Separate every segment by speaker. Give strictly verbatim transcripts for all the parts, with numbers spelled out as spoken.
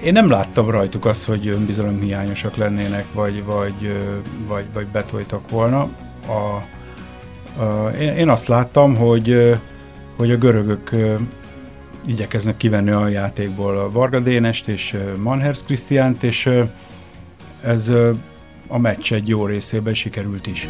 Speaker 1: Én nem láttam rajtuk azt, hogy önbizalomhiányosak lennének, vagy, vagy, vagy, vagy betoltak volna. A, a, én, én azt láttam, hogy, hogy a görögök igyekeznek kivenni a játékból a Varga Dénest és Manhers Krisztiánt, és ez a meccs egy jó részében sikerült is.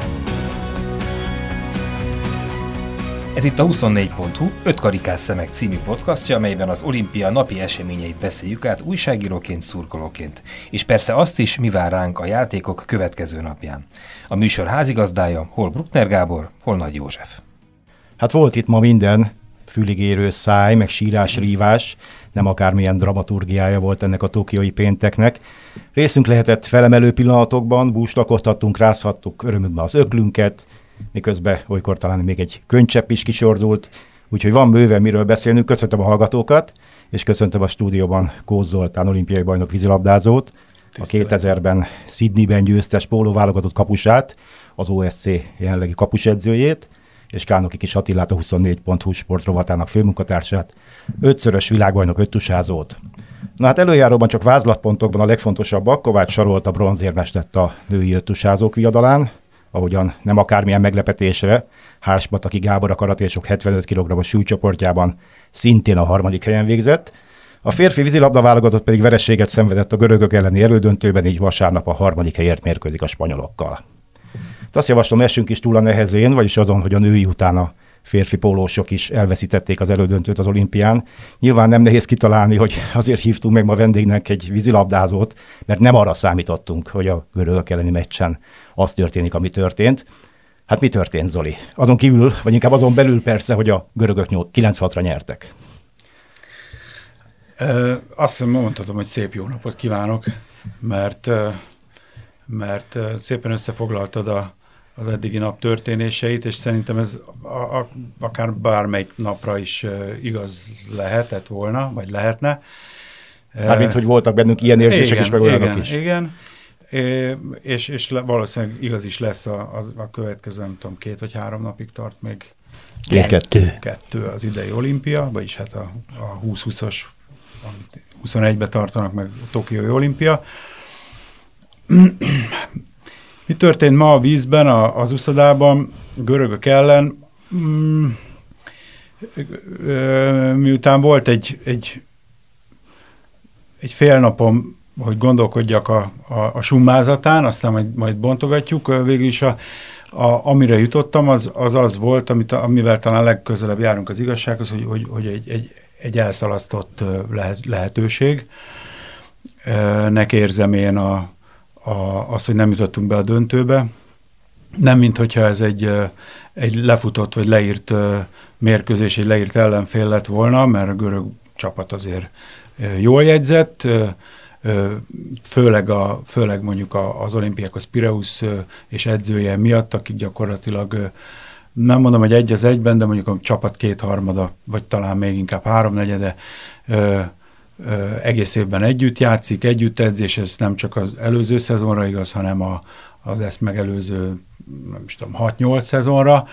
Speaker 2: Ez itt a huszonnégy pont hu öt karikás szemek című podcastja, amelyben az olimpia napi eseményeit beszéljük át újságíróként, szurkolóként. És persze azt is, mi vár ránk a játékok következő napján. A műsor házigazdája hol Bruckner Gábor, hol Nagy József.
Speaker 3: Hát volt itt ma minden, füligérő száj, meg sírás, rívás, nem akármilyen dramaturgiája volt ennek a tokiói pénteknek. Részünk lehetett felemelő pillanatokban, búslakodhattunk, rázhattuk örömünkben az öklünket, miközben olykor talán még egy könycsepp is kisordult, úgyhogy van bőven miről beszélnünk. Köszöntöm a hallgatókat, és köszöntöm a stúdióban Kósz Zoltán olimpiai bajnok vízilabdázót, a kétezerben Sydneyben győztes pólóválogatott kapusát, az o es cé jelenlegi kapusedzőjét, és Kálnoki Kis Attilát, a huszonnégy pont hu sportrovatának főmunkatársát, ötszörös világbajnok öttusázót. Na hát előjáróban csak vázlatpontokban a legfontosabbak. Kovács Sarolt a bronzérmes lett a női öttusázók viadalán, ahogyan nem akármilyen meglepetésre, Hárs-Pataki Gábor a karatésok hetvenöt kilogrammos súlycsoportjában szintén a harmadik helyen végzett. A férfi vízilabda válogatott pedig vereséget szenvedett a görögök elleni elődöntőben, így vasárnap a harmadik helyért mérkőzik a spanyolokkal. Azt javaslom, essünk is túl a nehezén, vagyis azon, hogy a női után a férfi pólósok is elveszítették az elődöntőt az olimpián. Nyilván nem nehéz kitalálni, hogy azért hívtunk meg ma vendégnek egy vízilabdázót, mert nem arra számítottunk, hogy a görögök elleni meccsen az történik, ami történt. Hát mi történt, Zoli? Azon kívül, vagy inkább azon belül persze, hogy a görögök kilenc hatra nyertek.
Speaker 1: E, azt hiszem, mondhatom, hogy szép jó napot kívánok, mert, mert szépen összefoglaltad a az eddigi nap történéseit, és szerintem ez a, a, akár bármelyik napra is uh, igaz lehetett volna, vagy lehetne.
Speaker 3: Mármint, hogy voltak bennünk ilyen érzések
Speaker 1: igen,
Speaker 3: is, meg olyanok
Speaker 1: igen,
Speaker 3: is.
Speaker 1: Igen, é, és, és le, valószínűleg igaz is lesz a, a, a következő, nem tudom, két vagy három napig tart még.
Speaker 3: Kettő.
Speaker 1: Kettő az idei olimpia, vagyis hát a, a húsz-húszas, huszonegybe tartanak meg a tokiói olimpia. Mi történt ma a vízben, a, az uszodában, görögök ellen? Mm, miután volt egy, egy, egy fél napom, hogy gondolkodjak a, a, a summázatán, aztán majd, majd bontogatjuk, végül is a, a, amire jutottam, az, az az volt, amit, amivel talán legközelebb járunk az igazsághoz, hogy, hogy, hogy egy, egy, egy elszalasztott lehet, lehetőségnek érzem én a A, az, hogy nem jutottunk be a döntőbe. Nem, mint hogyha ez egy, egy lefutott vagy leírt mérkőzés, egy leírt ellenfél lett volna, mert a görög csapat azért jól jegyzett, főleg, a, főleg mondjuk az Olympiakos Pireus és edzője miatt, akik gyakorlatilag nem mondom, hogy egy az egyben, de mondjuk a csapat kétharmada, vagy talán még inkább háromnegyede egész évben együtt játszik, együtt edz, és ez nem csak az előző szezonra igaz, hanem a, az ezt megelőző, nem is tudom, hat-nyolc szezonra.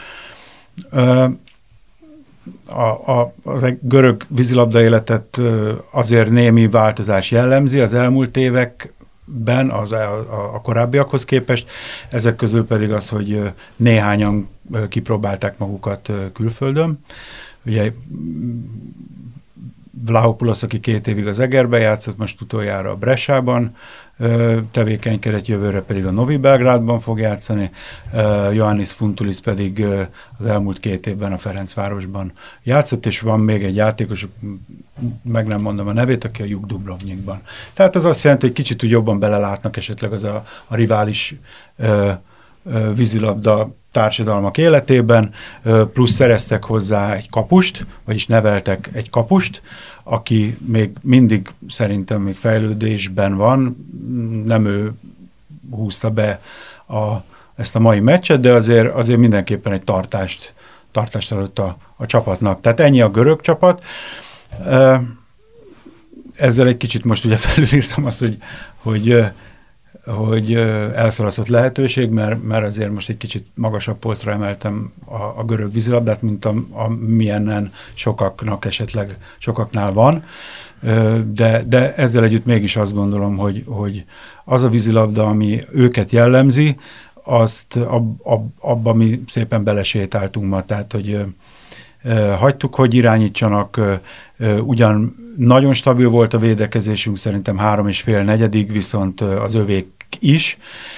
Speaker 1: A, a, a görög vízilabda életet azért némi változás jellemzi az elmúlt években, az, a, a korábbiakhoz képest. Ezek közül pedig az, hogy néhányan kipróbálták magukat külföldön. Ugye Vlahopoulos, aki két évig az Egerben játszott, most utoljára a Bressában tevékenykedett, jövőre pedig a Novi Belgrádban fog játszani, Ioannis Fountulis pedig az elmúlt két évben a Ferencvárosban játszott, és van még egy játékos, meg nem mondom a nevét, aki a Juk Dubrovnikban. Tehát ez azt jelenti, hogy kicsit úgy jobban belelátnak esetleg az a, a rivális ö, ö, vízilabda társadalmak életében, plusz szereztek hozzá egy kapust, vagyis neveltek egy kapust, aki még mindig szerintem még fejlődésben van, nem ő húzta be a, ezt a mai meccset, de azért, azért mindenképpen egy tartást, tartást adott a, a csapatnak. Tehát ennyi a görög csapat. Ezzel egy kicsit most ugye felülírtam azt, hogy, hogy hogy elszalasztott lehetőség, mert, mert azért most egy kicsit magasabb polcra emeltem a, a görög vízilabdát, mint a, a milyennen sokaknak esetleg sokaknál van. De, de ezzel együtt mégis azt gondolom, hogy, hogy az a vízilabda, ami őket jellemzi, azt ab, ab, abba mi szépen belesétáltunk ma, tehát hogy hagytuk, hogy irányítsanak, ugyan nagyon stabil volt a védekezésünk, szerintem három és fél negyedig, viszont az övék is,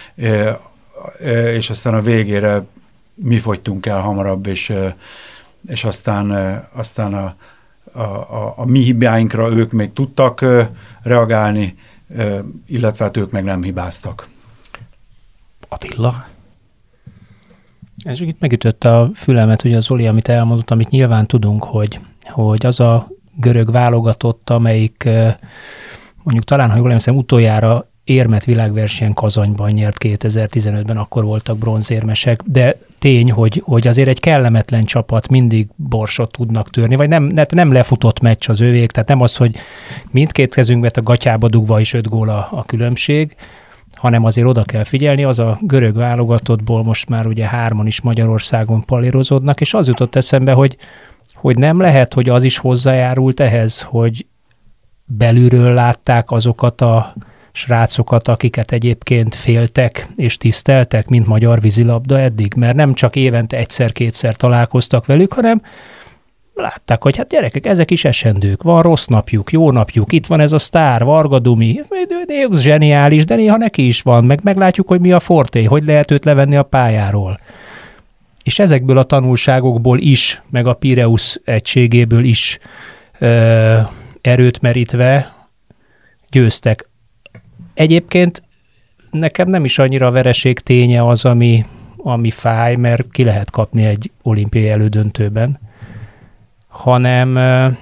Speaker 1: és aztán a végére mi fogytunk el hamarabb, és, és aztán, aztán a, a, a, a mi hibáinkra ők még tudtak reagálni, illetve hát ők meg nem hibáztak.
Speaker 3: Attila?
Speaker 4: Ez itt megütött a fülemet, ugye az Zoli, amit elmondott, amit nyilván tudunk, hogy, hogy az a görög válogatott, amelyik mondjuk talán, ha jól emlékszem, utoljára érmet világversenyen Kazanyban nyert kétezer-tizenötben, akkor voltak bronzérmesek, de tény, hogy, hogy azért egy kellemetlen csapat mindig borsot tudnak törni, vagy nem, nem lefutott meccs az övék, tehát nem az, hogy mindkét kezünkbe a gatyába dugva is öt gól a, a különbség, hanem azért oda kell figyelni, az a görög válogatottból most már ugye hárman is Magyarországon palérozódnak, és az jutott eszembe, hogy, hogy nem lehet, hogy az is hozzájárult ehhez, hogy belülről látták azokat a srácokat, akiket egyébként féltek és tiszteltek, mint magyar vízilabda eddig, mert nem csak évente egyszer-kétszer találkoztak velük, hanem látták, hogy hát gyerekek, ezek is esendők, van rossz napjuk, jó napjuk, itt van ez a sztár, Varga Dumi, zseniális, de néha neki is van, meg meglátjuk, hogy mi a forté, hogy lehet őt levenni a pályáról. És ezekből a tanulságokból is, meg a Pireus egységéből is ö, erőt merítve győztek. Egyébként nekem nem is annyira a vereség ténye az, ami, ami fáj, mert ki lehet kapni egy olimpiai elődöntőben, hanem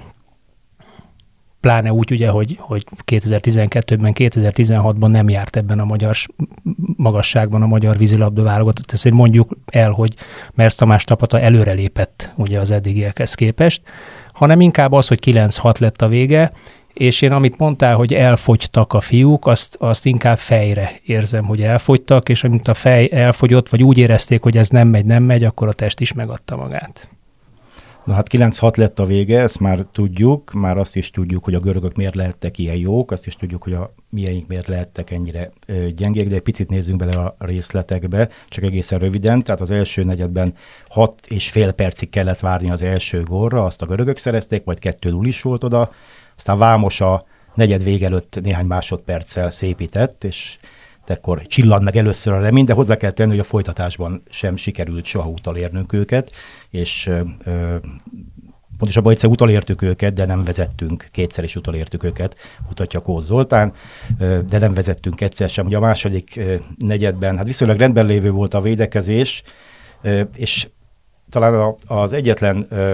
Speaker 4: pláne úgy, ugye, hogy, hogy kétezer-tizenkettőben, kétezer-tizenhatban nem járt ebben a magyar magasságban a magyar vízilabda válogatott. Ezt mondjuk el, hogy Mersz Tamás csapata előrelépett ugye az eddigiekhez képest, hanem inkább az, hogy kilenc hat lett a vége, és én amit mondtál, hogy elfogytak a fiúk, azt, azt inkább fejre érzem, hogy elfogytak, és amint a fej elfogyott, vagy úgy érezték, hogy ez nem megy, nem megy, akkor a test is megadta magát.
Speaker 3: Na hát kilenc hat lett a vége, ezt már tudjuk, már azt is tudjuk, hogy a görögök miért lehettek ilyen jók, azt is tudjuk, hogy a miénk miért lehettek ennyire ö, gyengék, de egy picit nézzünk bele a részletekbe, csak egészen röviden, tehát az első negyedben hat és fél percig kellett várni az első gólra, azt a görögök szerezték, vagy kettő null is volt oda, aztán Vámos a negyed vége előtt néhány másodperccel szépített, és ekkor csillant meg először a remény, de hozzá kell tenni, hogy a folytatásban sem sikerült soha utolérnünk őket, és ö, pontosabban egyszer utolértük őket, de nem vezettünk, kétszer is utolértük őket, mutatja Kóz Zoltán, ö, de nem vezettünk egyszer sem. Ugye a második ö, negyedben, hát viszonylag rendben lévő volt a védekezés, ö, és talán a, az egyetlen ö,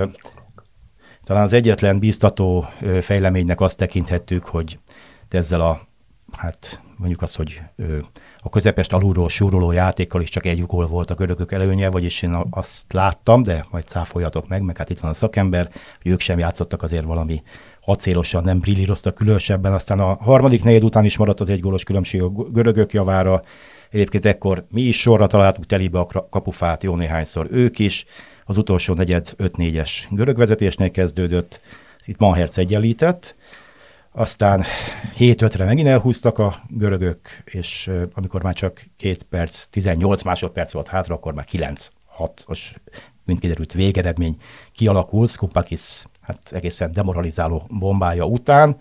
Speaker 3: talán az egyetlen bíztató ö, fejleménynek azt tekinthettük, hogy ezzel a, hát mondjuk az, hogy ö, a közepest alulról súroló játékkal is csak egy gól volt a görögök előnye, vagyis én azt láttam, de majd cáfoljatok meg, meg hát itt van a szakember, hogy ők sem játszottak azért valami acélosan, nem brillíroztak különösebben, aztán a harmadik negyed után is maradt az egy gólos különbség a görögök javára, egyébként ekkor mi is sorra találtuk telibe a kapufát jó néhányszor, ők is, az utolsó negyed öt négyes görög vezetésnél kezdődött, itt Manherz egyenlített, aztán hét ötre megint elhúztak a görögök, és uh, amikor már csak két perc, tizennyolc másodperc volt hátra, akkor már kilenc hatos, mint kiderült, végeredmény kialakult, Skoupakis hát egészen demoralizáló bombája után.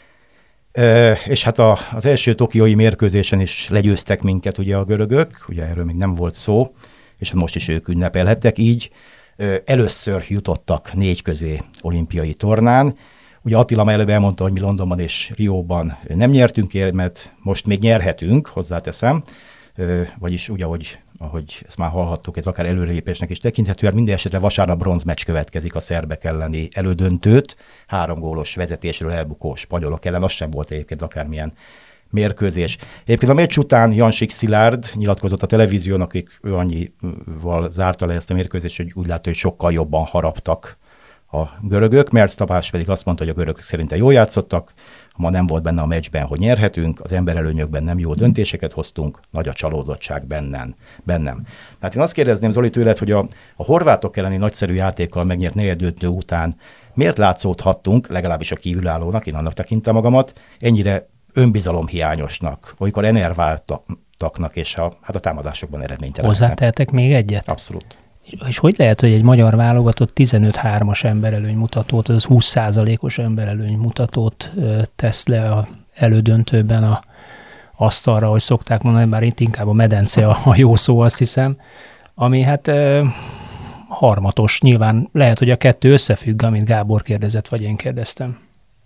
Speaker 3: Uh, és hát a, az első tokiói mérkőzésen is legyőztek minket ugye a görögök, ugye erről még nem volt szó, és most is ők ünnepelhettek, így uh, először jutottak négy közé olimpiai tornán. Ugye Attila már előbb elmondta, hogy mi Londonban és Rióban nem nyertünk érmet, most még nyerhetünk, hozzáteszem, vagyis úgy, ahogy, ahogy ezt már hallhattuk, ez akár előrelépésnek is tekinthető, mert minden esetre vasárnap bronzmeccs következik a szerbek elleni elődöntőt, három gólos vezetésről elbukó spanyolok ellen, az sem volt egyébként akármilyen mérkőzés. Egyébként a meccs után Jansik Szilárd nyilatkozott a televízión, akik ő annyival zárta le ezt a mérkőzést, hogy úgy látta, hogy sokkal jobban haraptak a görögök, Merc Tamás pedig azt mondta, hogy a görögök szerintem jól játszottak, ma nem volt benne a meccsben, hogy nyerhetünk, az emberelőnyökben nem jó döntéseket hoztunk, nagy a csalódottság bennem. bennem. Tehát én azt kérdezném, Zoli, tőled, hogy a, a horvátok elleni nagyszerű játékkal megnyert negyeddöntő után miért látszódhattunk, legalábbis a kívülállónak, én annak tekintem magamat, ennyire önbizalomhiányosnak, olykor enerváltaknak, és a, hát a támadásokban eredménytelenek.
Speaker 4: Hozzátehetek még egyet?
Speaker 3: Abszolút.
Speaker 4: És hogy lehet, hogy egy magyar válogatott tizenöt hármas emberelőny mutatót, az húsz százalékos emberelőny mutatót tesz le a elődöntőben a asztalra, hogy szokták mondani, bár itt inkább a medence a, a jó szó, azt hiszem, ami hát e, harmatos. Nyilván lehet, hogy a kettő összefügg, amit Gábor kérdezett, vagy én kérdeztem.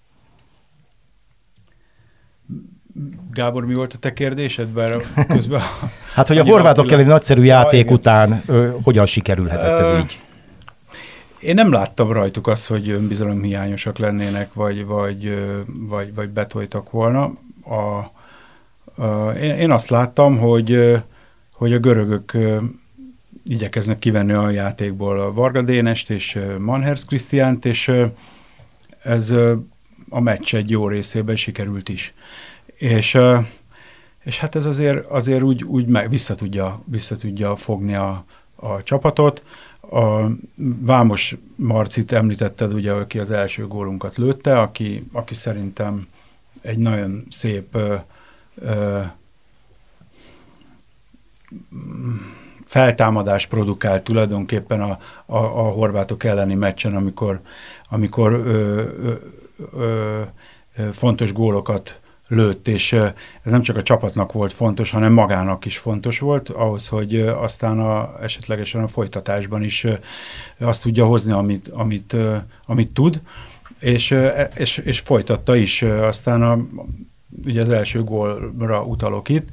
Speaker 1: Gábor, mi volt a te kérdésed? Bár közben
Speaker 3: hát, hogy a horvátok elleni nagyszerű játék ja, után ö, hogyan sikerülhetett ez így?
Speaker 1: Én nem láttam rajtuk azt, hogy önbizalomhiányosak lennének, vagy, vagy, vagy, vagy betoltak volna. A, a, én, én azt láttam, hogy, hogy a görögök igyekeznek kivenni a játékból a Varga Dénest és Manhers Krisztiánt, és ez a meccs egy jó részében sikerült is. És, és hát ez azért, azért úgy, úgy meg vissza tudja, vissza tudja fogni a, a csapatot. A Vámos Marcit említetted, ugye, aki az első gólunkat lőtte, aki, aki szerintem egy nagyon szép ö, ö, feltámadás produkált tulajdonképpen a, a, a horvátok elleni meccsen, amikor, amikor ö, ö, ö, ö, fontos gólokat lőtt, és ez nem csak a csapatnak volt fontos, hanem magának is fontos volt, ahhoz, hogy aztán a, esetlegesen a folytatásban is azt tudja hozni, amit, amit, amit tud, és, és, és folytatta is. Aztán a, ugye az első gólra utalok itt.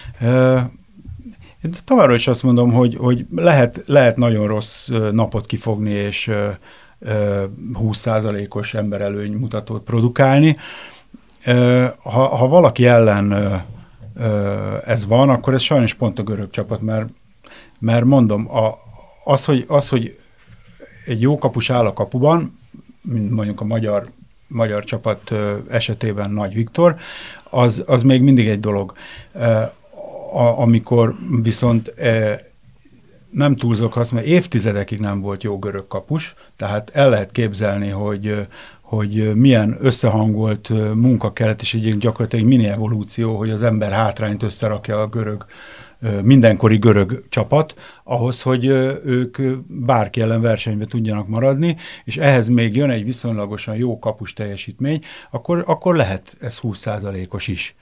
Speaker 1: Én továbbra is azt mondom, hogy, hogy lehet, lehet nagyon rossz napot kifogni, és húsz százalékos emberelőny mutatót produkálni. Ha, ha valaki ellen ez van, akkor ez sajnos pont a görög csapat, mert, mert mondom, a, az, hogy, az, hogy egy jó kapus áll a kapuban, mint mondjuk a magyar, magyar csapat esetében Nagy Viktor, az, az még mindig egy dolog. A, amikor viszont nem túlzok azt, mert évtizedekig nem volt jó görög kapus, tehát el lehet képzelni, hogy hogy milyen összehangolt munka kellett, és egy gyakorlatilag mini evolúció, hogy az ember hátrányt összerakja a görög, mindenkori görög csapat, ahhoz, hogy ők bárki ellen versenybe tudjanak maradni, és ehhez még jön egy viszonylagosan jó kapus teljesítmény, akkor, akkor lehet ez húsz százalékos is.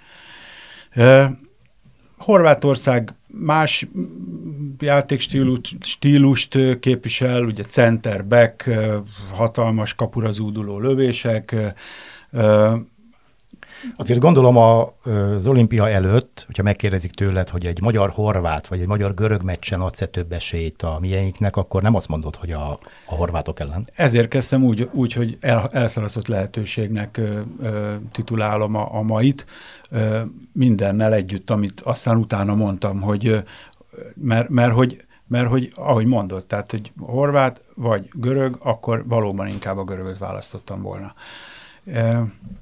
Speaker 1: Horvátország más játékstílust stílust képvisel, ugye center, back, hatalmas kapura zúduló lövések.
Speaker 3: Azért gondolom a, az olimpia előtt, hogyha megkérdezik tőled, hogy egy magyar-horvát vagy egy magyar-görög meccsen adsz-e több esélyt a mieinknek, akkor nem azt mondod, hogy a, a horvátok ellen.
Speaker 1: Ezért kezdtem úgy, úgy hogy el, elszalasztott lehetőségnek ö, ö, titulálom a, a mait, ö, mindennel együtt, amit aztán utána mondtam, hogy ö, mert, mert, hogy, mert hogy ahogy mondod, tehát hogy horvát vagy görög, akkor valóban inkább a görögöt választottam volna. Ö,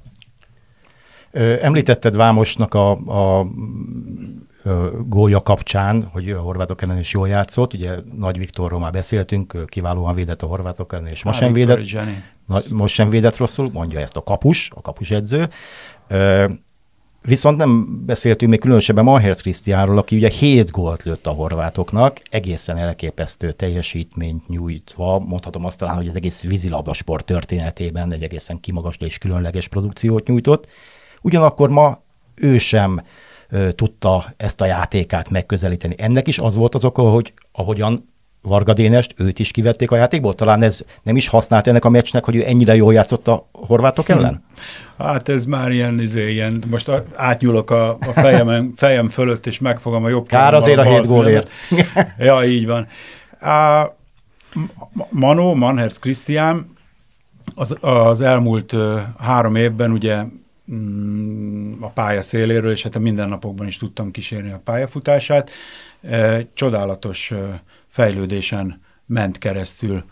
Speaker 3: Említetted Vámosnak a, a, a gólja kapcsán, hogy a horvátok ellen is jól játszott, ugye Nagy Viktorról már beszéltünk, kiválóan védett a horvátok ellen, és most sem, védett, na, most sem védett rosszul, mondja ezt a kapus, a kapusedző. Viszont nem beszéltünk még különösebben Manhers Krisztiánról, aki ugye hét gólt lőtt a horvátoknak, egészen elképesztő teljesítményt nyújtva, mondhatom azt talán, hogy az egész vízilabdasport történetében egy egészen kimagasló és különleges produkciót nyújtott. Ugyanakkor ma ő sem ö, tudta ezt a játékát megközelíteni. Ennek is az volt az oka, hogy ahogyan Varga Dénest, őt is kivették a játékból? Talán ez nem is használt ennek a meccsnek, hogy ő ennyire jól játszott a horvátok ellen?
Speaker 1: Hát ez már ilyen, izé, ilyen most átnyúlok a, a fejem, fejem fölött, és megfogom a jobb
Speaker 3: kár azért a, a hét gólért.
Speaker 1: Ja, így van. A Mano, Manhers Krisztián az, az elmúlt uh, három évben ugye a pálya széléről, és hát a mindennapokban is tudtam kísérni a pályafutását. Csodálatos fejlődésen ment keresztül.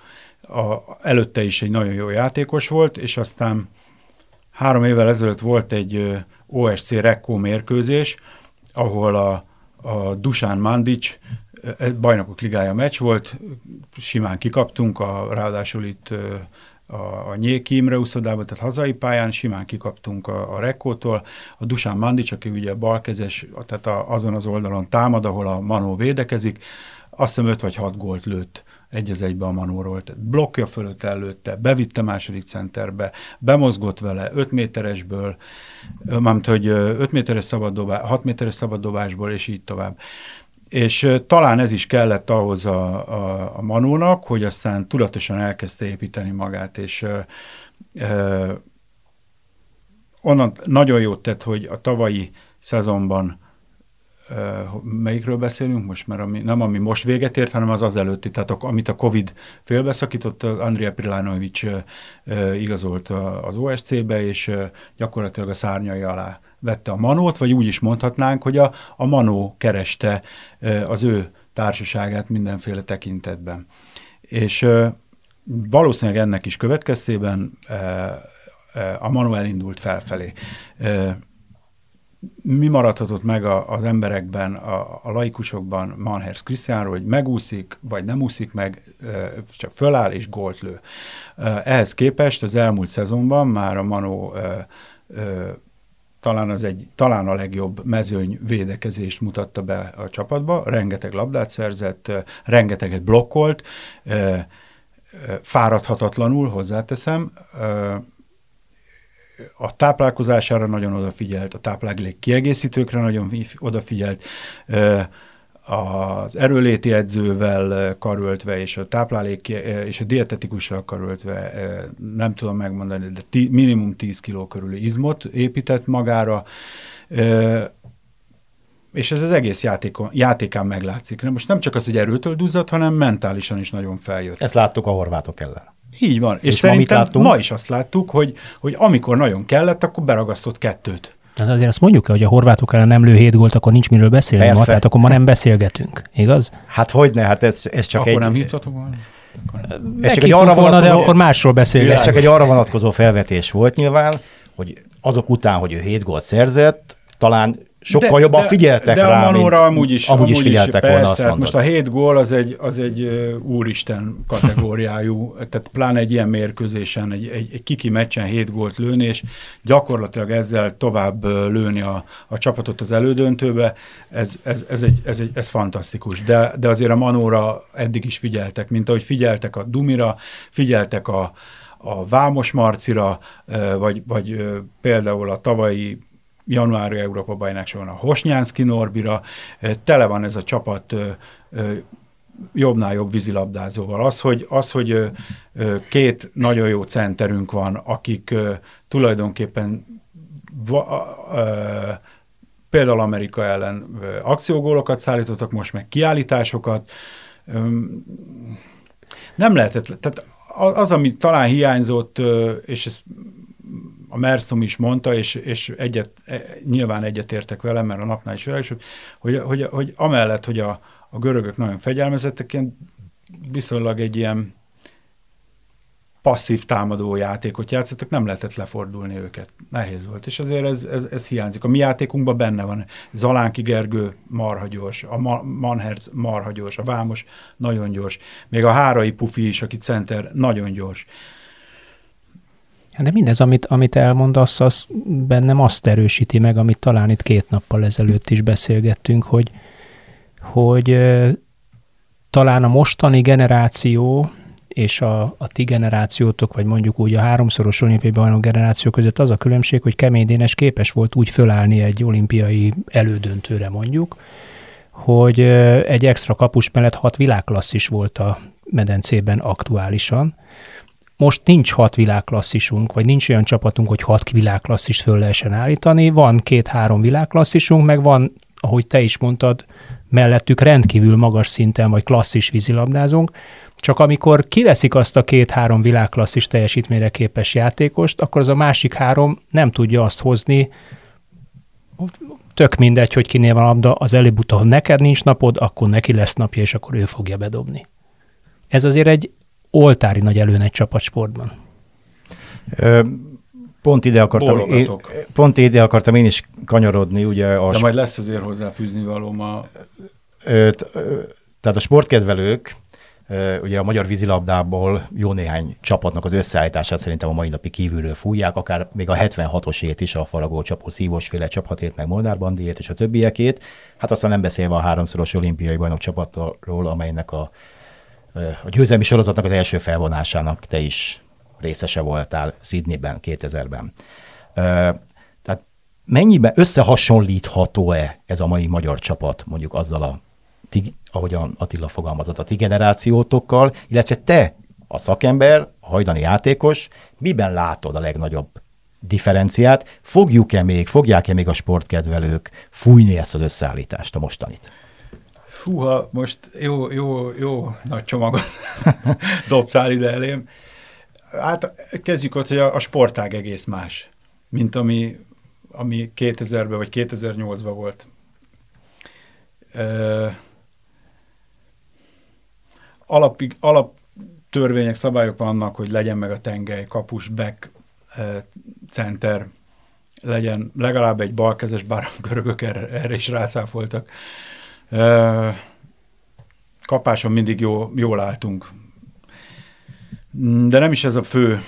Speaker 1: a, előtte is egy nagyon jó játékos volt, és aztán három évvel ezelőtt volt egy o es cé Rekko mérkőzés, ahol a, a Dusan Mandic bajnokok ligája meccs volt, simán kikaptunk, a, ráadásul itt a, a Nyéki Imre uszodában, tehát hazai pályán simán kikaptunk a, a Rekkótól. A Dusan Mandic, aki ugye balkezes, tehát a, azon az oldalon támad, ahol a Manó védekezik, azt hiszem öt vagy hat gólt lőtt egy az egybe a Manóról. Tehát blokkja fölött előtte, bevitte második centerbe, bemozgott vele öt méteresből, mármint, hogy öt méteres szabaddobás, hat méteres szabaddobásból, és így tovább. És uh, talán ez is kellett ahhoz a, a, a Manónak, hogy aztán tudatosan elkezdte építeni magát, és uh, uh, onnan nagyon jót tett, hogy a tavalyi szezonban Uh, melyikről beszélünk most, mert ami, nem ami most véget ért, hanem az az előtti, tehát a, amit a Covid félbeszakított, Andrija Prilanovic uh, uh, igazolt az o es cé-be, és uh, gyakorlatilag a szárnyai alá vette a Manót, vagy úgy is mondhatnánk, hogy a, a Manó kereste uh, az ő társaságát mindenféle tekintetben. És uh, valószínűleg ennek is következtében uh, uh, a Manó elindult felfelé. Uh, Mi maradhatott meg a, az emberekben, a, a laikusokban Manhers Krisztiánról, hogy megúszik, vagy nem úszik meg, csak föláll és gólt lő. Ehhez képest az elmúlt szezonban már a Manó talán, az egy, talán a legjobb mezőny védekezést mutatta be a csapatba, rengeteg labdát szerzett, rengeteget blokkolt, fáradhatatlanul, hozzáteszem, a táplálkozására nagyon odafigyelt, a táplálék kiegészítőkre nagyon odafigyelt, az erőléti edzővel karöltve, és a táplálék és a dietetikussal karöltve, nem tudom megmondani, de tí, minimum tíz kiló körüli izmot épített magára, és ez az egész játékon, játékán meglátszik. Most nem csak az, hogy erőtől duzzadt, hanem mentálisan is nagyon feljött.
Speaker 3: Ezt láttuk a horvátok ellen.
Speaker 1: Így van, és,
Speaker 3: és
Speaker 1: szerintem
Speaker 3: ma,
Speaker 1: ma is azt láttuk, hogy, hogy amikor nagyon kellett, akkor beragasztott kettőt.
Speaker 4: Hát azért azt mondjuk, hogy a horvátok ellen nem lő hét gólt, akkor nincs miről beszélni
Speaker 3: Persze.
Speaker 4: ma, tehát akkor ma nem beszélgetünk, igaz?
Speaker 3: Hát hogyne, hát ez, ez csak
Speaker 1: akkor
Speaker 3: egy...
Speaker 1: nem hívtatok volna?
Speaker 3: Ez csak egy arra
Speaker 4: volna,
Speaker 3: vonatkozó,
Speaker 4: de akkor másról beszélgetünk.
Speaker 3: Ez csak egy arra vonatkozó felvetés volt nyilván, hogy azok után, hogy ő hét gólt szerzett, talán sokkal de, jobban figyeltek
Speaker 1: de, de
Speaker 3: rá,
Speaker 1: a Manóra
Speaker 3: mint
Speaker 1: amúgy is,
Speaker 3: amúgy is figyeltek
Speaker 1: is,
Speaker 3: volna,
Speaker 1: persze,
Speaker 3: azt mondod.
Speaker 1: Most a hét gól az egy, az egy uh, úristen kategóriájú, tehát pláne egy ilyen mérkőzésen, egy, egy, egy kiki meccsen hét gólt lőni, és gyakorlatilag ezzel tovább uh, lőni a, a csapatot az elődöntőbe, ez, ez, ez, egy, ez, egy, ez fantasztikus. De, de azért a Manóra eddig is figyeltek, mint ahogy figyeltek a Dumira, figyeltek a, a Vámos Marcira, uh, vagy, vagy uh, például a tavalyi januári Európa-bajnokságon a Hosnyánszki Norbira, tele van ez a csapat jobbnál jobb vízilabdázóval. Az, hogy, az, hogy két nagyon jó centerünk van, akik tulajdonképpen például Amerika ellen akciógólokat szállítottak, most meg kiállításokat. Nem lehetett, tehát az, ami talán hiányzott, és ez a Merszom is mondta, és, és egyet, nyilván egyetértek velem, mert a napnál is vele is, hogy, hogy, hogy amellett, hogy a, a görögök nagyon fegyelmezettek, ilyen viszonylag egy ilyen passzív támadó játékot játszottak, nem lehetett lefordulni őket. Nehéz volt, és azért ez, ez, ez hiányzik. A mi játékunkban benne van Zalánki Gergő marha gyors, a Ma- Manherz marha gyors, a Vámos nagyon gyors, még a Hárai Pufi is, aki center, nagyon gyors.
Speaker 4: De mindez, amit, amit elmondasz, az bennem azt erősíti meg, amit talán itt két nappal ezelőtt is beszélgettünk, hogy, hogy uh, talán a mostani generáció és a, a ti generációtok, vagy mondjuk úgy a háromszoros olimpiai bajnok generáció között az a különbség, hogy Kemény Dénes képes volt úgy fölállni egy olimpiai elődöntőre mondjuk, hogy uh, egy extra kapus mellett hat világklasszis volt a medencében aktuálisan. Most nincs hat világklasszisunk, vagy nincs olyan csapatunk, hogy hat világklasszist föl lehessen állítani. Van két-három világklasszisunk, meg van, ahogy te is mondtad, mellettük rendkívül magas szinten, vagy klasszis vízilabdázunk. Csak amikor kiveszik azt a két-három világklasszis teljesítményre képes játékost, akkor az a másik három nem tudja azt hozni, tök mindegy, hogy kinél van a labda, az előbb-utóbb neked nincs napod, akkor neki lesz napja, és akkor ő fogja bedobni. Ez azért egy oltári nagy előny egy csapatsportban?
Speaker 3: Ö, pont ide akartam, én, pont ide akartam én is kanyarodni. Ugye a
Speaker 1: De majd lesz azért hozzáfűzni valóm a...
Speaker 3: Ö, t, ö, tehát a sportkedvelők ugye a magyar vízilabdából jó néhány csapatnak az összeállítását szerintem a mai napig kívülről fújják, akár még a hetvenhatosét is, a Faragó csapó szívósféle csapatét, meg Molnár Bandiét és a többiekét. Hát aztán nem beszélve a háromszoros olimpiai bajnok csapatról, amelynek a, a győzelmi sorozatnak az első felvonásának te is részese voltál Sydneyben, kétezerben. Tehát mennyiben összehasonlítható-e ez a mai magyar csapat mondjuk azzal a ti, ahogyan Attila fogalmazott, a ti generációtokkal, illetve te, a szakember, a hajdani játékos, miben látod a legnagyobb differenciát? Fogjuk-e még, fogják-e még a sportkedvelők fújni ezt az összeállítást, a mostanit?
Speaker 1: Fúha, most jó, jó, jó nagy csomagot dobtál ide elém. Hát kezdjük ott, hogy a, a sportág egész más, mint ami, ami kétezerben vagy kétezer-nyolcban volt. Uh, alapig, alaptörvények, szabályok vannak, hogy legyen meg a tengely, kapus, back, uh, center, legyen legalább egy balkezes, bár a görögök erre, erre is rácáfoltak. Uh, kapáson mindig jó, jól álltunk. De nem is ez a fő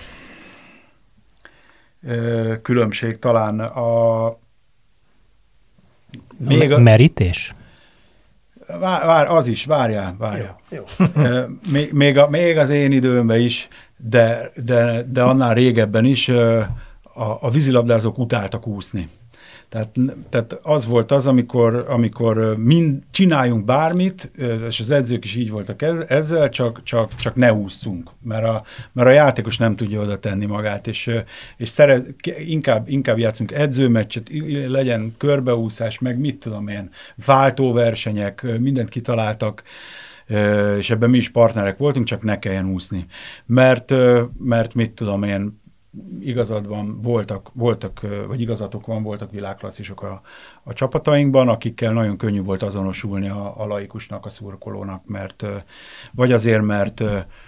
Speaker 1: uh, különbség, talán a...
Speaker 4: Még a merítés?
Speaker 1: Vár, vár, az is, várjál, várjál. Jó, jó. még, még, a, még az én időmben is, de, de, de annál régebben is a, a vízilabdázók utáltak úszni. Tehát, tehát az volt az, amikor, amikor mind csináljunk bármit, és az edzők is így voltak ezzel, csak, csak, csak ne ússzunk, mert a, mert a játékos nem tudja oda tenni magát, és, és szeret, inkább, inkább játszunk edzőmeccset, legyen körbeúszás, meg mit tudom én, váltóversenyek, mindent kitaláltak, és ebben mi is partnerek voltunk, csak ne kelljen úszni. Mert, mert mit tudom én, igazad van, voltak, voltak, vagy igazatok van, voltak világklasszisok a, a csapatainkban, akikkel nagyon könnyű volt azonosulni a, a laikusnak, a szurkolónak, mert vagy azért, mert,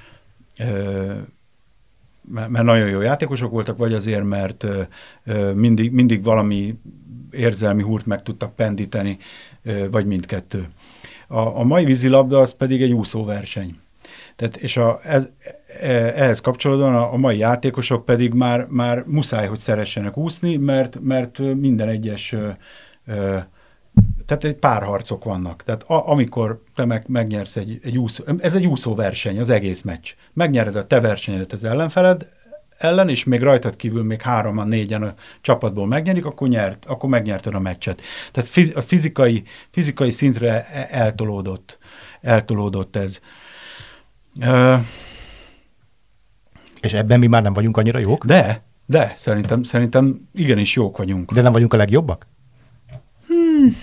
Speaker 1: mert nagyon jó játékosok voltak, vagy azért, mert mindig, mindig valami érzelmi húrt meg tudtak pendíteni, vagy mindkettő. A, a mai vízilabda az pedig egy úszóverseny. Tehát, és a, ez, ehhez kapcsolódóan a, a mai játékosok pedig már, már muszáj, hogy szeressenek úszni, mert, mert minden egyes, ö, ö, tehát egy párharcok vannak. Tehát a, amikor te meg, megnyersz egy, egy úszó, ez egy úszóverseny, az egész meccs. Megnyered a te versenyedet az ellenfeled ellen, és még rajtad kívül még hároman, négyen a csapatból megnyerik, akkor, nyert, akkor megnyerted a meccset. Tehát fiz, a fizikai, fizikai szintre eltolódott, eltolódott ez. Uh,
Speaker 3: és ebben mi már nem vagyunk annyira jók?
Speaker 1: De, de, szerintem, szerintem igenis jók vagyunk.
Speaker 3: De nem vagyunk a legjobbak? Hmm.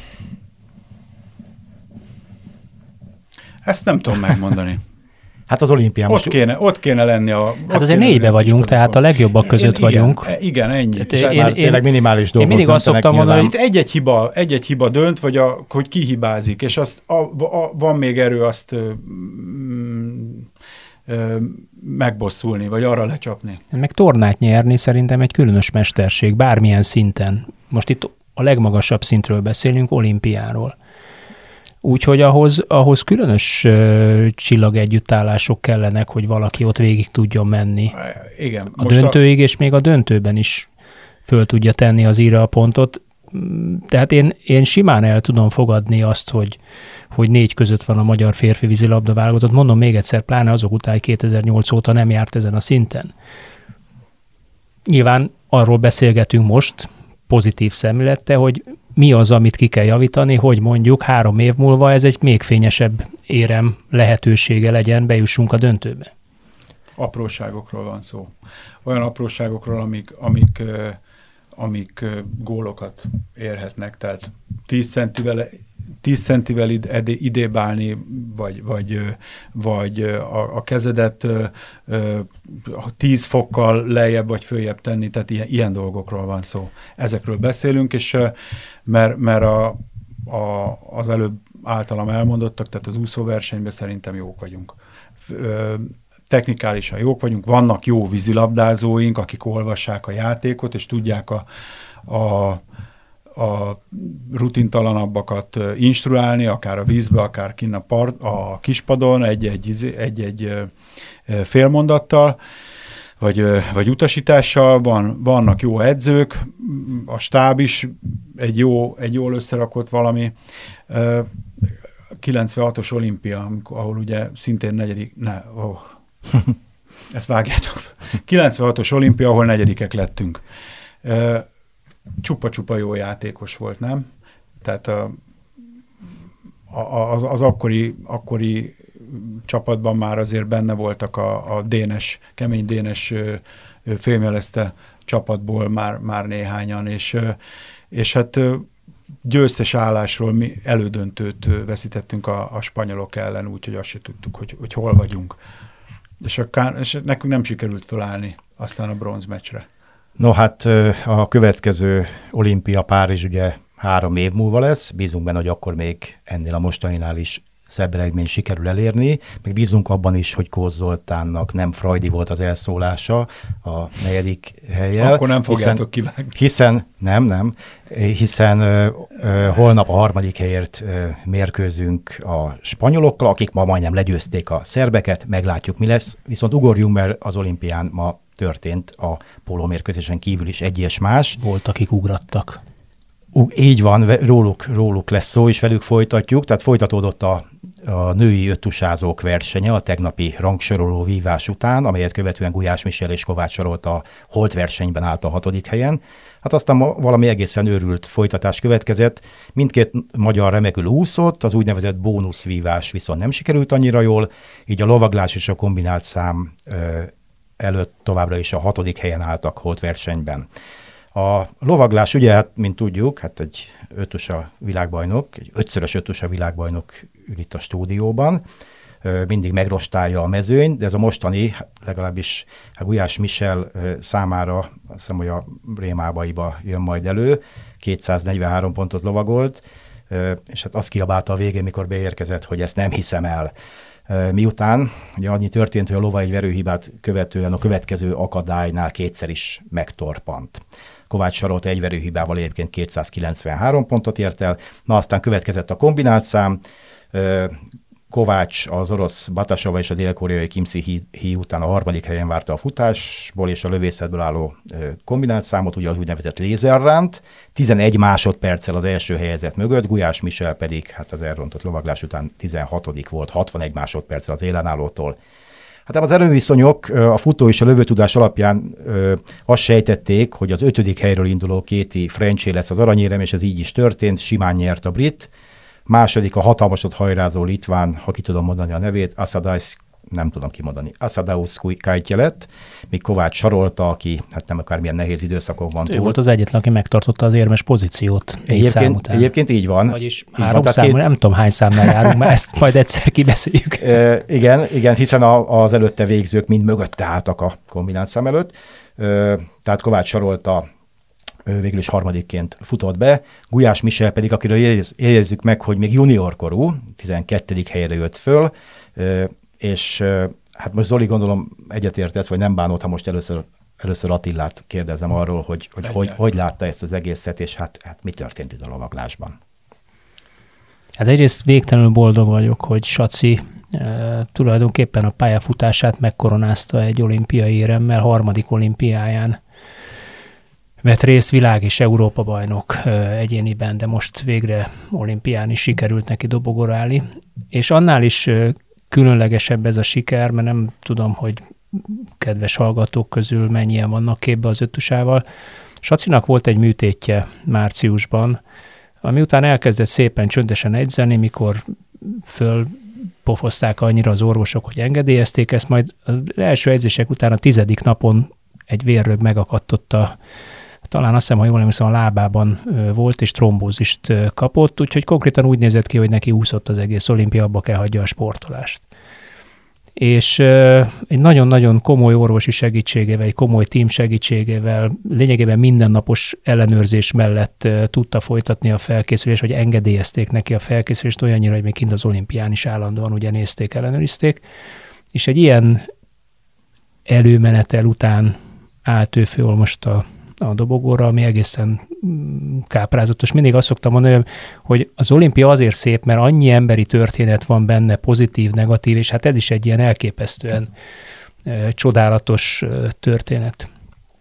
Speaker 1: Ezt nem tudom megmondani.
Speaker 3: Hát az olimpián
Speaker 1: ott
Speaker 3: most...
Speaker 1: Kéne, ott kéne lenni a...
Speaker 4: Hát azért négybe vagyunk, tehát a legjobbak között
Speaker 1: én,
Speaker 4: vagyunk.
Speaker 1: Igen, igen, ennyi.
Speaker 3: Tehát én, már én, tényleg minimális dolgok.
Speaker 4: Én mindig azt szoktam mondani,
Speaker 1: hogy... Itt egy-egy hiba, egy-egy hiba dönt, vagy a, hogy ki hibázik, és azt, a, a, van még erő azt mm, ö, megbosszulni, vagy arra lecsapni.
Speaker 4: Meg tornát nyerni szerintem egy különös mesterség, bármilyen szinten. Most itt a legmagasabb szintről beszélünk, olimpiáról. Úgyhogy ahhoz, ahhoz különös uh, csillagegyüttállások kellenek, hogy valaki ott végig tudjon menni.
Speaker 1: Igen.
Speaker 4: A döntőig, a... és még a döntőben is föl tudja tenni az íra a pontot. Tehát én, én simán el tudom fogadni azt, hogy, hogy négy között van a magyar férfi vízilabda válogatott. Mondom még egyszer, pláne azok után, hogy kétezer-nyolc óta nem járt ezen a szinten. Nyilván arról beszélgetünk most, pozitív szemlélettel, hogy mi az, amit ki kell javítani, hogy mondjuk három év múlva ez egy még fényesebb érem lehetősége legyen, bejussunk a döntőbe.
Speaker 1: Apróságokról van szó. Olyan apróságokról, amik, amik, amik gólokat érhetnek. Tehát tíz centivel, tíz centivel id, idébb állni, vagy, vagy, vagy a, a kezedet tíz fokkal lejjebb vagy följebb tenni, tehát ilyen, ilyen dolgokról van szó. Ezekről beszélünk, és mert, mert a, a, az előbb általam elmondottak, tehát az úszóversenyben szerintem jók vagyunk. technikálisan jók vagyunk, vannak jó vízilabdázóink, akik olvassák a játékot, és tudják a, a, a rutintalanabbakat instruálni, akár a vízbe, akár kinn a, part, a kispadon, egy-egy, egy-egy félmondattal, vagy, vagy utasítással, van, vannak jó edzők, a stáb is egy, jó, egy jól összerakott valami. kilencvenhatos olimpia, ahol ugye szintén negyedik, ne, oh, ezt vágjátok. kilencvenhatos olimpia, ahol negyedikek lettünk. Csupa-csupa jó játékos volt, nem? Tehát a, a, az, az akkori, akkori csapatban már azért benne voltak a, a dénes, kemény dénes fémjelezte csapatból már, már néhányan, és, és hát győztes állásról mi elődöntőt veszítettünk a, a spanyolok ellen, úgyhogy azt se tudtuk, hogy, hogy hol vagyunk. És, a, és nekünk nem sikerült felállni aztán a bronzmeccsre.
Speaker 3: No hát a következő olimpia Párizs ugye három év múlva lesz, bízunk benne, hogy akkor még ennél a mostaninál is szebb eredmény sikerül elérni, meg bízunk abban is, hogy Kóz Zoltánnak nem frajdi volt az elszólása a negyedik hellyel.
Speaker 1: Akkor nem fogjátok kivágni.
Speaker 3: Hiszen, nem, nem, hiszen ö, ö, holnap a harmadik helyért ö, mérkőzünk a spanyolokkal, akik ma majdnem legyőzték a szerbeket, meglátjuk mi lesz, viszont ugorjunk, mert az olimpián ma történt a pólómérkőzésen kívül is egy és más.
Speaker 4: Volt, akik ugrattak.
Speaker 3: Uh, így van, róluk, róluk lesz szó, és velük folytatjuk, tehát folytatódott a, a női öttusázók versenye a tegnapi rangsoroló vívás után, amelyet követően Gulyás Michel és Kovács Zsolt a holt versenyben állt a hatodik helyen. Hát aztán valami egészen őrült folytatás következett. Mindkét magyar remekül úszott, az úgynevezett bónuszvívás viszont nem sikerült annyira jól, így a lovaglás és a kombinált szám ö, előtt továbbra is a hatodik helyen álltak holt versenyben. A lovaglás ugye, hát, mint tudjuk, hát egy ötösa világbajnok, egy ötszörös ötösa világbajnok ül itt a stúdióban, mindig megrostálja a mezőnyt, de ez a mostani, legalábbis hát Gulyás Michel számára, azt hiszem, hogy a Rémábaiba jön majd elő, kétszáznegyvenhárom pontot lovagolt, és hát azt kiabálta a végén, mikor beérkezett, hogy ezt nem hiszem el. Miután ugye annyi történt, hogy a lova egy verőhibát követően a következő akadálynál kétszer is megtorpant. Kovács Zsolt egy verőhibával egyébként kétszázkilencvenhárom pontot ért el, na aztán következett a kombinált szám, Kovács az orosz Batasova és a dél-koreai Kim Si-hee után a harmadik helyen várta a futásból és a lövészetből álló kombinált számot, ugye az úgynevezett lézerránt, tizenegy másodperccel az első helyezett mögött, Gulyás Michel pedig hát az elrontott lovaglás után tizenhatodik volt, hatvanegy másodperccel az élenállótól. Hát az erőviszonyok a futó és a lövőtudás alapján ö, azt sejtették, hogy az ötödik helyről induló Katie Frenchy lesz az aranyérem, és ez így is történt, simán nyert a brit. Második a hatalmasot hajrázó litván, ha ki tudom mondani a nevét, Asadais, nem tudom kimondani, Asadaus Kajtje lett, míg Kovács Zsolta, aki hát nem akármilyen nehéz időszakokban túl.
Speaker 4: Ő volt az egyetlen, aki megtartotta az érmes pozíciót négy szám után.
Speaker 3: Egyébként így van.
Speaker 4: Vagyis három számú, két... nem tudom hány számnál járunk, mert ezt majd egyszer kibeszéljük.
Speaker 3: E, igen, igen, hiszen a, az előtte végzők mind mögötte álltak a kombinált szám előtt. E, tehát Kovács Zsolta végül is harmadikként futott be, Gulyás Michel pedig, akiről jegyezzük meg, hogy még juniorkorú, tizenkettedik helyre jött föl, és hát most Zoli gondolom egyetértett, vagy nem bánod, ha most először, először Attillát kérdezem arról, hogy hogy, hogy hogy látta ezt az egészet, és hát, hát mi történt itt a lovaglásban.
Speaker 4: Hát egyrészt végtelenül boldog vagyok, hogy Saci e, tulajdonképpen a pályafutását megkoronázta egy olimpiai éremmel, harmadik olimpiáján vett részt, világ és Európa bajnok egyéniben, de most végre olimpián is sikerült neki dobogóra állni. És annál is különlegesebb ez a siker, mert nem tudom, hogy kedves hallgatók közül mennyien vannak képbe az öttusával. Sacinak volt egy műtétje márciusban, ami után elkezdett szépen csöndesen edzeni, mikor fölpofozták annyira az orvosok, hogy engedélyezték ezt, majd az első edzések után a tizedik napon egy vérrög megakadt a talán azt hiszem, ha jól emlékszem, a lábában volt, és trombózist kapott, úgyhogy konkrétan úgy nézett ki, hogy neki úszott az egész olimpia, abba kell hagyja a sportolást. És egy nagyon-nagyon komoly orvosi segítségével, egy komoly tím segítségével, lényegében mindennapos ellenőrzés mellett tudta folytatni a felkészülést, vagy engedélyezték neki a felkészülést olyannyira, hogy még kint az olimpián is állandóan ugye nézték, ellenőrizték. És egy ilyen előmenetel után állt ő föl most a, a dobogóra, ami egészen káprázatos. Mindig azt szoktam mondani, hogy az olimpia azért szép, mert annyi emberi történet van benne, pozitív, negatív, és hát ez is egy ilyen elképesztően e, csodálatos e, történet.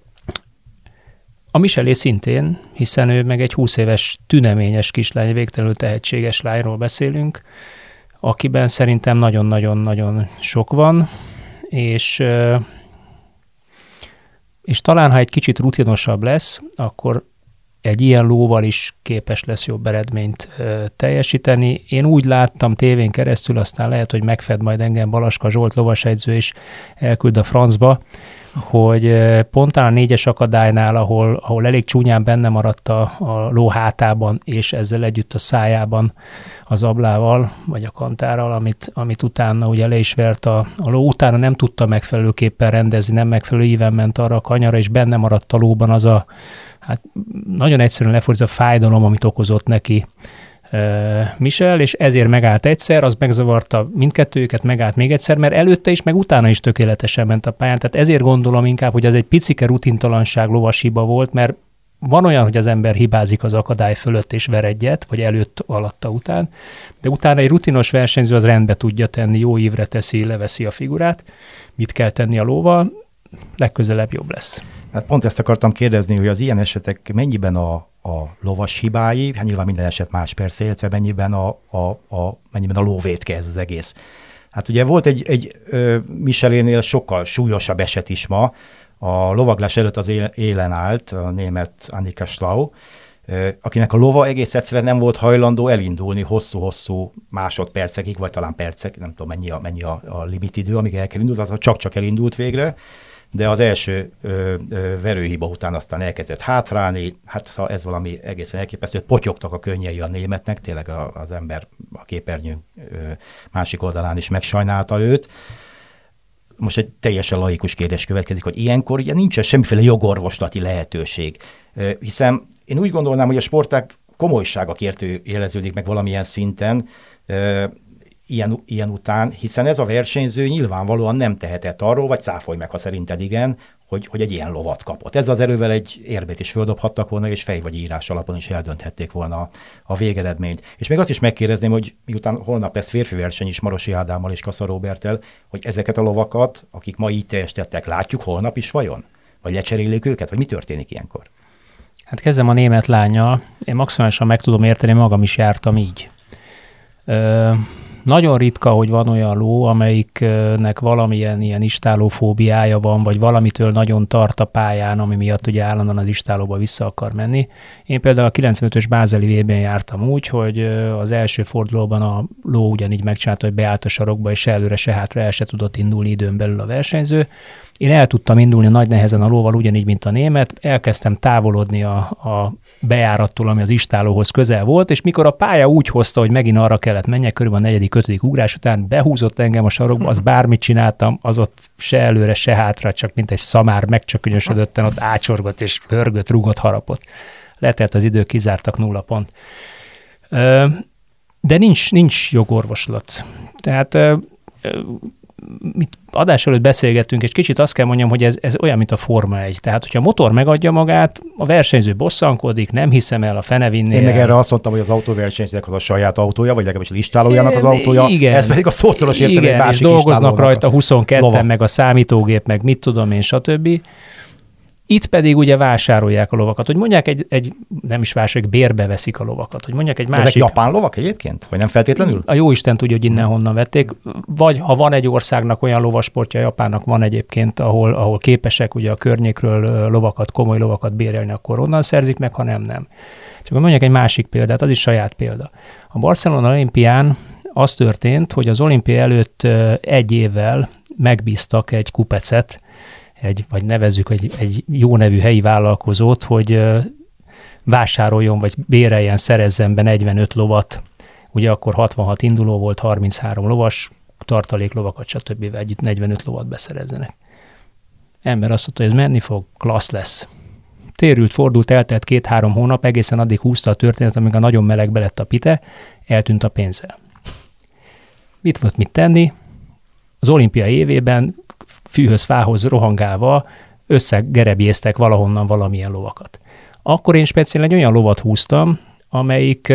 Speaker 4: A Michelé szintén, hiszen ő meg egy húsz éves tüneményes kislány, végtelenül tehetséges lányról beszélünk, akiben szerintem nagyon-nagyon-nagyon sok van, és, és talán, ha egy kicsit rutinosabb lesz, akkor egy ilyen lóval is képes lesz jobb eredményt teljesíteni. Én úgy láttam tévén keresztül, aztán lehet, hogy megfed majd engem Balaska Zsolt lovasegyző, és elküld a francba, hogy pont a négyes akadálynál, ahol, ahol elég csúnyán benne maradt a, a ló hátában, és ezzel együtt a szájában az ablával, vagy a kantárral, amit, amit utána ugye le is vert a, a ló, utána nem tudta megfelelőképpen rendezni, nem megfelelő íven ment arra a kanyara, és benne maradt a lóban az a, hát nagyon egyszerűen lefordítva a fájdalom, amit okozott neki Michel, és ezért megállt egyszer, az megzavarta mindkettőjüket, megállt még egyszer, mert előtte is, meg utána is tökéletesen ment a pályán. Tehát ezért gondolom inkább, hogy az egy picike rutintalanság, lovashiba volt, mert van olyan, hogy az ember hibázik az akadály fölött és ver egyet, vagy előtt, alatta, után, de utána egy rutinos versenyző az rendbe tudja tenni, jó ívre teszi, leveszi a figurát, mit kell tenni a lóval, legközelebb jobb lesz.
Speaker 3: Hát pont ezt akartam kérdezni, hogy az ilyen esetek mennyiben a, a lovas hibái, hát nyilván minden eset más persze, illetve mennyiben a, a, a, mennyiben a lóvétke ez az egész. Hát ugye volt egy, egy Michelénél sokkal súlyosabb eset is ma, a lovaglás előtt az élen állt a német Annika Schlau, akinek a lova egész egyszerűen nem volt hajlandó elindulni hosszú-hosszú másodpercekig, vagy talán percek, nem tudom mennyi a, mennyi a, a limitidő, amíg el kell indulni, az csak-csak elindult végre, de az első ö, ö, verőhiba után aztán elkezdett hátrálni, hát ez valami egészen elképesztő, potyogtak a könnyei a németnek, tényleg a, az ember a képernyő ö, másik oldalán is megsajnálta őt. Most egy teljesen laikus kérdés következik, hogy ilyenkor ugye nincsen semmiféle jogorvoslati lehetőség, hiszen én úgy gondolnám, hogy a sportág komolysága kérdőjeleződik meg valamilyen szinten, Ilyen, ilyen után, hiszen ez a versenyző nyilvánvalóan nem tehetett arról, vagy cáfolj meg, ha szerinted igen, hogy, hogy egy ilyen lovat kapott. Ez az erővel egy érmét is földobhattak volna, és fej vagy írás alapon is eldönthették volna a, a végeredményt. És még azt is megkérdezném, hogy miután holnap lesz férfi verseny is Marosi Ádámmal és Kassa Róberttel, hogy ezeket a lovakat, akik ma így teljesítettek, látjuk holnap is vajon? Vagy lecserélik őket? Vagy mi történik ilyenkor?
Speaker 4: Hát kezdem a német lánnyal. Én maximálisan meg tudom érteni, magam is jártam így. Ö... Nagyon ritka, hogy van olyan ló, amelyiknek valamilyen ilyen istálófóbiája van, vagy valamitől nagyon tart a pályán, ami miatt ugye állandóan az istálóba vissza akar menni. Én például a kilencvenötös bázeli vében jártam úgy, hogy az első fordulóban a ló ugyanígy megcsinálta, hogy beállt a sarokba, és se előre, se hátra el se tudott indulni időn belül a versenyző. Én el tudtam indulni nagy nehezen a lóval, ugyanígy, mint a német, elkezdtem távolodni a, a bejárattól, ami az istálóhoz közel volt, és mikor a pálya úgy hozta, hogy megint arra kellett menjek, körülbelül a negyedik, ötödik ugrás után behúzott engem a sarokba, az bármit csináltam, az ott se előre, se hátra, csak mint egy szamár megcsökönyösödötten, ott ácsorgott és pörgött, rúgott, harapott. Letelt az idő, kizártak nulla pont. De nincs, nincs jogorvoslat. Tehát mit adás előtt beszélgettünk, és kicsit azt kell mondjam, hogy ez, ez olyan, mint a Forma egy. Tehát, hogyha a motor megadja magát, a versenyző bosszankodik, nem hiszem el, a fene vinnél.
Speaker 3: Én meg erre azt mondtam, hogy az autóversenyzőnek az a saját autója, vagy legalábbis az istálójának az autója,
Speaker 4: igen,
Speaker 3: ez pedig a szószoros értelme egy másik
Speaker 4: és dolgoznak rajta
Speaker 3: a
Speaker 4: huszonketten,
Speaker 3: lova.
Speaker 4: meg a számítógép, meg mit tudom én, stb. Itt pedig ugye vásárolják a lovakat, hogy mondják egy, egy nem is vásárolják, bérbe veszik a lovakat, hogy mondják egy másik...
Speaker 3: Ezek japán lovak egyébként? Vagy nem feltétlenül?
Speaker 4: A jóisten tudja, hogy innen honnan vették, vagy ha van egy országnak olyan lovasportja, Japánnak van egyébként, ahol, ahol képesek ugye a környékről lovakat, komoly lovakat bérelni, akkor onnan szerzik meg, ha nem, nem. Csak mondják egy másik példát, az is saját példa. A Barcelona olimpián az történt, hogy az olimpia előtt egy évvel megbíztak egy kupecet, egy, vagy nevezzük egy, egy jó nevű helyi vállalkozót, hogy vásároljon, vagy béreljen, szerezzen be negyvenöt lovat. Ugye akkor hatvanhat induló volt, harminchárom lovas, tartaléklovakat, stb. Együtt negyvenöt lovat beszerezzenek. Ember azt mondta, hogy ez menni fog, klassz lesz. Térült, fordult, eltelt két-három hónap, egészen addig húzta a történet, amíg a nagyon melegbe lett a pite, eltűnt a pénzzel. Mit volt mit tenni? az olimpia évében fűhöz, fához rohangálva összegerebjéztek valahonnan valamilyen lovakat. Akkor én speciál egy olyan lovat húztam, amelyik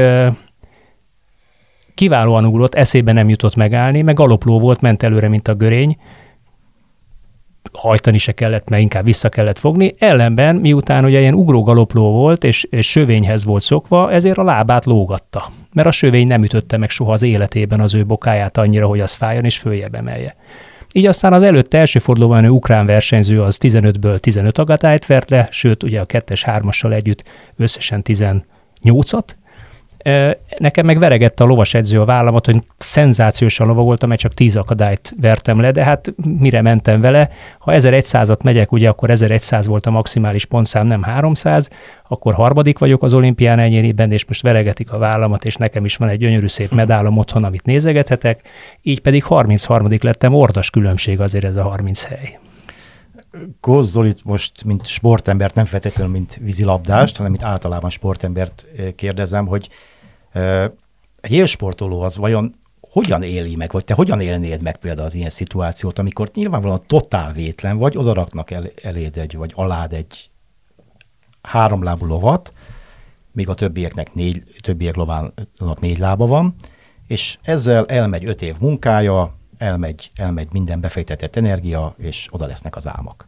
Speaker 4: kiválóan ugrott, eszébe nem jutott megállni, meg galopló volt, ment előre, mint a görény, hajtani se kellett, mert inkább vissza kellett fogni. Ellenben, miután ugye ilyen ugró-galopló volt, és, és sövényhez volt szokva, ezért a lábát lógatta. Mert a sövény nem ütötte meg soha az életében az ő bokáját annyira, hogy az fájjon és följebb emelje. Így aztán az előtte első fordulóban ő ukrán versenyző az tizenötből tizenöt agatályt vert le, sőt, ugye a kettes hármassal együtt összesen tizennyolcat. Nekem meg veregette a lovas edző a vállamat, hogy szenzációsan lovagoltam, mert csak tíz akadályt vertem le, de hát mire mentem vele? Ha ezerszázat megyek, ugye akkor ezerszáz volt a maximális pontszám, nem háromszáz, akkor harmadik vagyok az olimpián ennyiben, és most veregetik a vállamat, és nekem is van egy gyönyörű szép medálom otthon, amit nézegethetek, így pedig harmincharmadik lettem, ordas különbség azért ez a harminc hely.
Speaker 3: Kósz Zolit most, mint sportembert, nem feltétlenül, mint vízilabdást, hanem mint általában sportembert kérdezem, hogy egy élsportoló az vajon hogyan éli meg, vagy te hogyan élnéd meg például az ilyen szituációt, amikor nyilvánvalóan totál vétlen vagy, oda raknak el, eléd egy, vagy alád egy háromlábú lovat, míg a többieknek négy, többiek lovának négy lába van, és ezzel elmegy öt év munkája, elmegy, elmegy minden befektetett energia, és oda lesznek az álmak.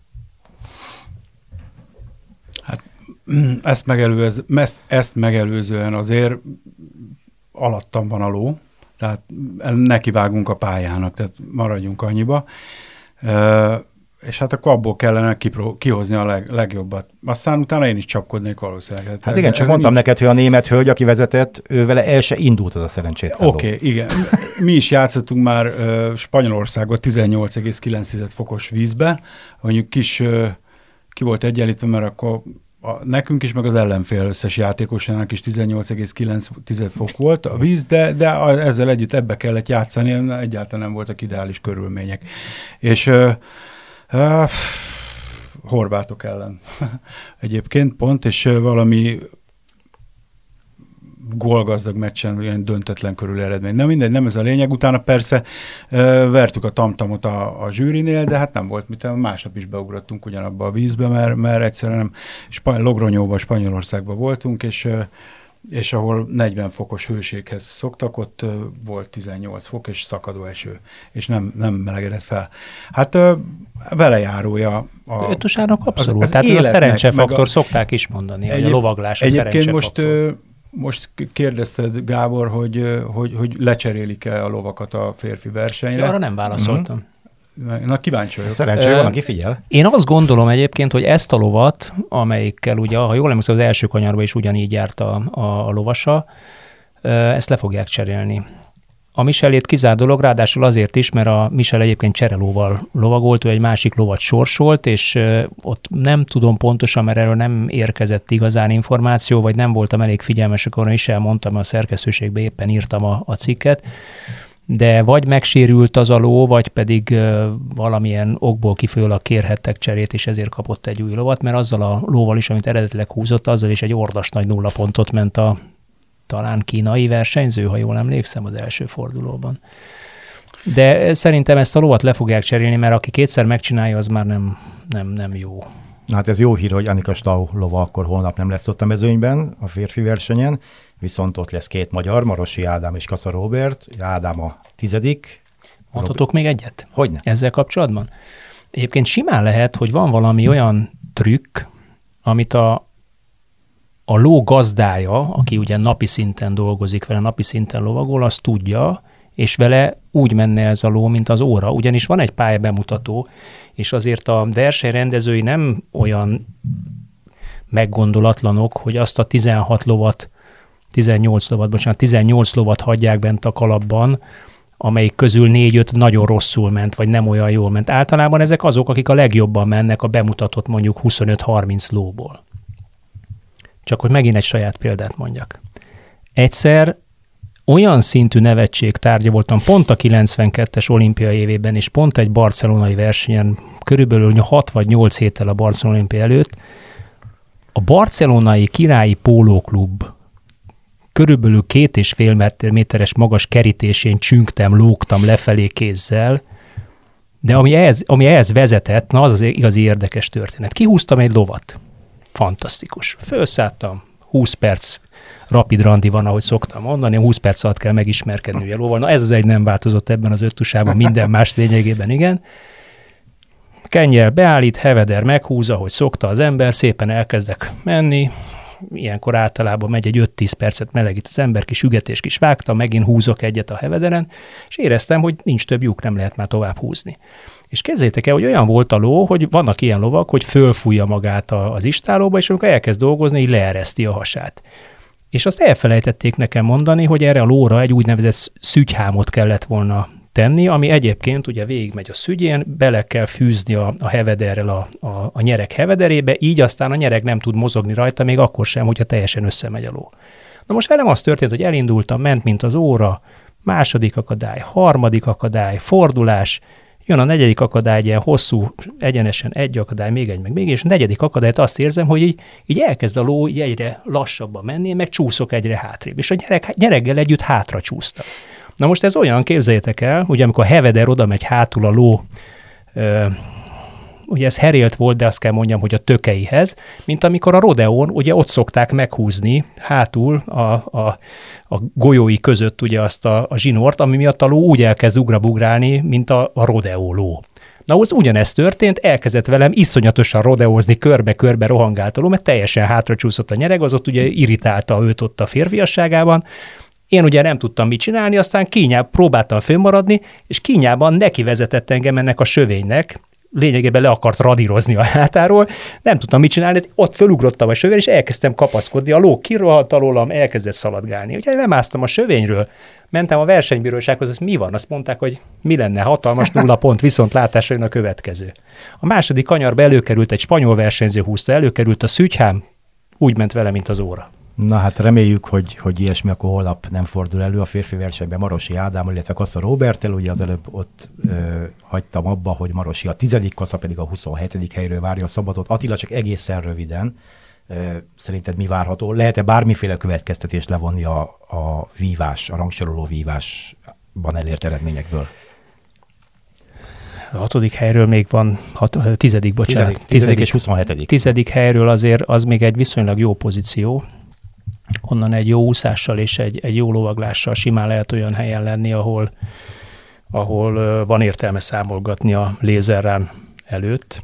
Speaker 1: Hát ezt, megelőz, ezt megelőzően azért alattam van a ló, tehát nekivágunk a pályának, tehát maradjunk annyiba, e, és hát akkor abból kellene kipró, kihozni a leg, legjobbat. Aztán utána én is csapkodnék valószínűleg. Hát,
Speaker 3: hát igen, ez, csak ez mondtam nincs... neked, hogy a német hölgy, aki vezetett, ő vele el se indult az a szerencsétlen.
Speaker 1: Oké, okay, igen. Mi is játszottunk már uh, Spanyolországban tizennyolc egész kilenc fokos vízbe, mondjuk kis, uh, ki volt egyenlítve, mert akkor a, nekünk is, meg az ellenfél összes játékosának is tizennyolc egész kilenc fok volt a víz, de, de ezzel együtt ebbe kellett játszani, egyáltalán nem voltak ideális körülmények. És uh, uh, horvátok ellen egyébként pont, és uh, valami gólgazdag meccsen ilyen döntetlen körül eredmény. Nem mindegy, nem ez a lényeg. Utána persze uh, vertük a tamtamot a, a zsűrinél, de hát nem volt mit, másnap is beugrottunk ugyanabba a vízbe, mert, mert egyszerűen nem, Sp- Logronyóban, Spanyolországban voltunk, és, uh, és ahol negyven fokos hőséghez szoktak, ott uh, volt tizennyolc fok, és szakadó eső, és nem, nem melegedett fel. Hát uh, velejárója a...
Speaker 4: Ötösának abszolút, az, az tehát életnek, a szerencsefaktor a, szokták is mondani, egyéb, hogy a lovaglás a szerencsefaktor.
Speaker 1: Most Most kérdezted, Gábor, hogy, hogy, hogy lecserélik-e a lovakat a férfi versenyre.
Speaker 4: Ja, arra nem válaszoltam.
Speaker 1: Mm-hmm. Na, kíváncsi vagyok.
Speaker 3: Szerencsére van, aki figyel.
Speaker 4: Én azt gondolom egyébként, hogy ezt a lovat, amelyikkel ugye, ha jól emlékszem, az első kanyarban is ugyanígy járt a, a, a lovasa, ezt le fogják cserélni. A Michelét kizárt dolog, ráadásul azért is, mert a Michel egyébként cserelóval lovagolt, ő egy másik lovat sorsolt, és ott nem tudom pontosan, mert erről nem érkezett igazán információ, vagy nem voltam elég figyelmes, akkor is elmondtam, a szerkesztőségbe éppen írtam a, a cikket, de vagy megsérült az a ló, vagy pedig uh, valamilyen okból kifolyólag kérhettek cserét, és ezért kapott egy új lovat, mert azzal a lóval is, amit eredetileg húzott, azzal is egy ordas nagy nulla pontot ment a talán kínai versenyző, ha jól emlékszem, az első fordulóban. De szerintem ezt a lovat le fogják cserélni, mert aki kétszer megcsinálja, az már nem, nem, nem jó.
Speaker 3: Na hát ez jó hír, hogy Annika Stau lova akkor holnap nem lesz ott a mezőnyben, a férfi versenyen, viszont ott lesz két magyar, Marosi Ádám és Kassa Róbert, Ádám a tizedik.
Speaker 4: Mondhatok még egyet?
Speaker 3: Hogyne.
Speaker 4: Ezzel kapcsolatban? Egyébként simán lehet, hogy van valami olyan trükk, amit a A ló gazdája, aki ugye napi szinten dolgozik vele, napi szinten lovagol, az tudja, és vele úgy menne ez a ló, mint az óra. Ugyanis van egy pályabemutató, és azért a versenyrendezői nem olyan meggondolatlanok, hogy azt a tizenhat lovat, tizennyolc lovat, bocsánat, tizennyolc lovat hagyják bent a kalapban, amelyik közül négy-öt nagyon rosszul ment, vagy nem olyan jól ment. Általában ezek azok, akik a legjobban mennek a bemutatott mondjuk huszonöt-harminc lóból. Csak hogy megint egy saját példát mondjak. Egyszer olyan szintű nevetség tárgya voltam pont a kilencvenkettes olimpiai évében, és pont egy barcelonai versenyen, körülbelül hat vagy nyolc héttel a Barcelona olimpia előtt, a barcelonai királyi pólóklub körülbelül két és fél méteres magas kerítésén csüngtem, lógtam lefelé kézzel, De ami ehhez, ami ehhez vezetett, na az az igazi érdekes történet. Kihúztam egy lovat. Fantasztikus. Fölszálltam, húsz perc rapid randi van, ahogy szoktam mondani, húsz perc alatt kell megismerkedni a lóval. Na ez az egy nem változott ebben az öttusában, minden más lényegében igen. Kennyel beállít, heveder meghúz, ahogy szokta az ember, szépen elkezdek menni, ilyenkor általában megy egy öt-tíz percet melegít az ember, kis ügetés, kis vágta, megint húzok egyet a hevederen, és éreztem, hogy nincs több lyuk, nem lehet már tovább húzni. És képzeljétek el, hogy olyan volt a ló, hogy vannak ilyen lovak, hogy fölfújja magát az istálóba, és amikor elkezd dolgozni, így leereszti a hasát. És azt elfelejtették nekem mondani, hogy erre a lóra egy úgynevezett szügyhámot kellett volna tenni, ami egyébként ugye végigmegy a szügyén, bele kell fűzni a, a hevederrel a, a, a nyereg hevederébe, így aztán a nyereg nem tud mozogni rajta, még akkor sem, hogyha teljesen összemegy a ló. Na most velem az történt, hogy elindultam, ment, mint az óra, második akadály, harmadik akadály, fordulás, jön a negyedik akadály, ilyen hosszú, egyenesen egy akadály, még egy, meg még, és a negyedik akadályt azt érzem, hogy így, így elkezd a ló így egyre lassabban menni, meg csúszok egyre hátrébb, és a nyereg, nyereggel együtt hátra csúsztam. Na most ez olyan, képzeljétek el, ugye amikor a heveder oda megy hátul a ló, ö, ugye ez herélt volt, de azt kell mondjam, hogy a tökeihez, mint amikor a rodeón, ugye ott szokták meghúzni hátul a, a, a golyói között ugye azt a, a zsinort, ami miatt a ló úgy elkezd ugrabugrálni, mint a, a rodeó ló. Na, az ugyanezt történt, elkezdett velem iszonyatosan rodeózni, körbe-körbe rohangált a ló, mert teljesen hátracsúszott a nyereg, az ott ugye irritálta őt ott a férfiasságában. Én ugye nem tudtam mit csinálni, aztán kínjában próbáltam fönnmaradni, és kínjában neki vezetett engem ennek a sövénynek, lényegében le akart radírozni a hátáról, nem tudtam mit csinálni, ott fölugrottam a sövény, és elkezdtem kapaszkodni, a ló kirohalt alólam, elkezdett szaladgálni. Úgyhogy lemásztam a sövényről, mentem a versenybírósághoz, hogy mi van, azt mondták, hogy mi lenne, hatalmas nulla pont, viszont látásra jön a következő. A második kanyarba előkerült egy spanyol versenyző húzta, előkerült a szügyhám, úgy ment vele, mint az óra.
Speaker 3: Na hát reméljük, hogy, hogy ilyesmi akkor holnap nem fordul elő a férfi versenyben Marosi Ádám, illetve Kassa Róberttel, ugye az előbb ott ö, hagytam abba, hogy Marosi a tizedik, Kassa pedig a huszonhetedik helyről várja a szabadot. Attila, csak egészen röviden, ö, szerinted mi várható? Lehet-e bármiféle következtetést levonni a, a vívás, a rangsoroló vívásban elért eredményekből?
Speaker 4: A hatodik helyről még van, hat, tizedik, bocsánat.
Speaker 3: Tizedik, tizedik és huszonhetedik.
Speaker 4: Tizedik helyről azért az még egy viszonylag jó pozíció. Onnan egy jó úszással és egy, egy jó lovaglással simán lehet olyan helyen lenni, ahol, ahol van értelme számolgatni a lézerrán előtt.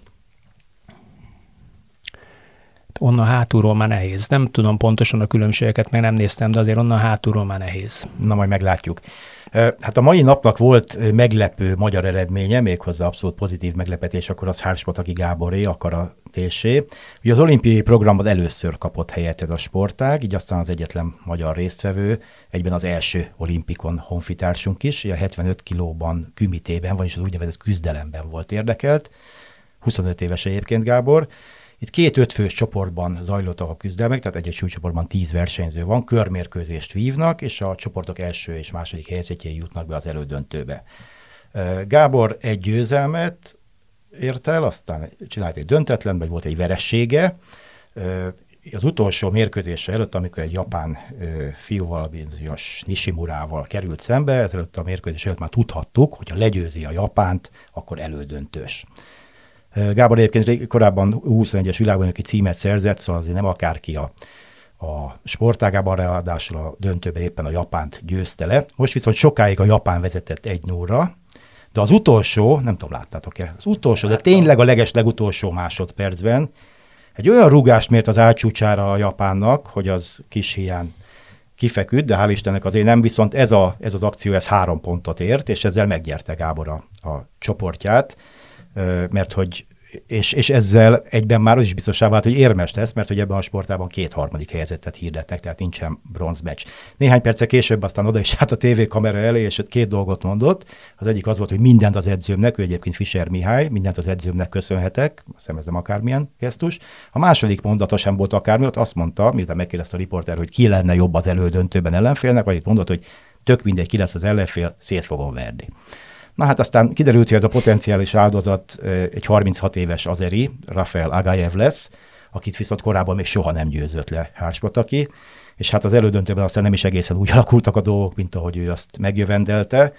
Speaker 4: Onnan hátulról már nehéz. Nem tudom pontosan a különbségeket, meg nem néztem, de azért onnan hátulról már nehéz.
Speaker 3: Na, majd meglátjuk. Hát a mai napnak volt meglepő magyar eredménye, méghozzá abszolút pozitív meglepetés, akkor az Hárspataki Gáboré, a karatésé. Ugye az olimpiai programban először kapott helyet ez a sportág, így aztán az egyetlen magyar résztvevő, egyben az első olimpikon honfitársunk is, a hetvenöt kilóban kümitében, vagyis az úgynevezett küzdelemben volt érdekelt. huszonöt éves egyébként Gábor. Itt két ötfős csoportban zajlottak a küzdelmek, tehát egy-egy súlycsoportban tíz versenyző van, körmérkőzést vívnak, és a csoportok első és második helyezettjei jutnak be az elődöntőbe. Gábor egy győzelmet ért el, aztán csinált egy döntetlen, vagy volt egy veressége. Az utolsó mérkőzése előtt, amikor egy japán fiúval, bizonyos Nishimurával került szembe, ezelőtt a mérkőzés előtt már tudhattuk, hogyha legyőzi a Japánt, akkor elődöntős. Gábor egyébként korábban huszonegyes világbajnoki címet szerzett, szóval azért nem akárki a, a sportágában, ráadásul a döntőben éppen a Japánt győzte le. Most viszont sokáig a Japán vezetett egy nullra, de az utolsó, nem tudom, láttátok-e, az utolsó, de tényleg a leges legutolsó másodpercben egy olyan rúgást mért az álcsúcsára a Japánnak, hogy az kis hián kifeküdt, de hál' Istennek azért nem, viszont ez, a, ez az akció, ez három pontot ért, és ezzel megnyerte Gábor a, a csoportját, mert hogy, és, és ezzel egyben már az is biztossá vált, hogy érmes lesz, mert hogy ebben a sportában két harmadik helyezettet hirdettek, tehát nincsen bronzmeccs. Néhány perccel később aztán oda is állt a tévékamera elé, és két dolgot mondott. Az egyik az volt, hogy mindent az edzőmnek, ő egyébként Fischer Mihály, mindent az edzőmnek köszönhetek, azt hiszem ez nem akármilyen gesztus. A második mondata sem volt akármi, ott azt mondta, miután megkérdezte a riporter, hogy ki lenne jobb az elődöntőben ellenfélnek, vagy itt mondott, hogy tök mindegy, ki lesz az ellenfél, szét fogom verni. Na hát aztán kiderült, hogy ez a potenciális áldozat egy harminchat éves azeri, Rafael Agajev lesz, akit viszont korábban még soha nem győzött le Hárspataki, és hát az elődöntőben aztán nem is egészen úgy alakultak a dolgok, mint ahogy ő azt megjövendelte.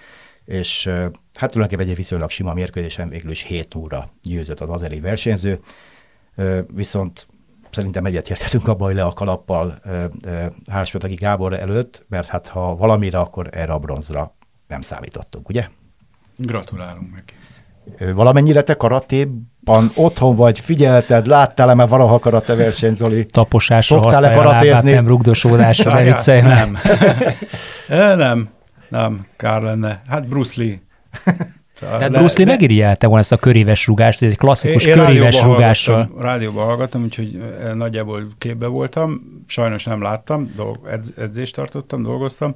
Speaker 3: és hát tulajdonképpen egy viszonylag sima mérkőzésen végül is hét nullra győzött az azeri versenyző, viszont szerintem egyetértettünk abban, hogy le a kalappal Hárspataki Gábor előtt, mert hát ha valamire, akkor erre a bronzra nem számítottunk, ugye?
Speaker 1: Gratulálunk neki.
Speaker 3: Valamennyire te karatéban otthon vagy, figyelted, láttál-e már valaha karate versenyt, Zoli?
Speaker 4: Taposásra használja a lábát, nem rugdosódásra, ne viccelj meg.
Speaker 1: Nem. nem, nem, kár lenne. Hát Bruce Lee.
Speaker 4: Tehát le, Bruce Lee le... megirigyelte volna ezt a köréves rugást, ez egy klasszikus én, én köréves rugással.
Speaker 1: Rádióban hallgattam, úgyhogy nagyjából képbe voltam, sajnos nem láttam, dolg, edz, edzést tartottam, dolgoztam,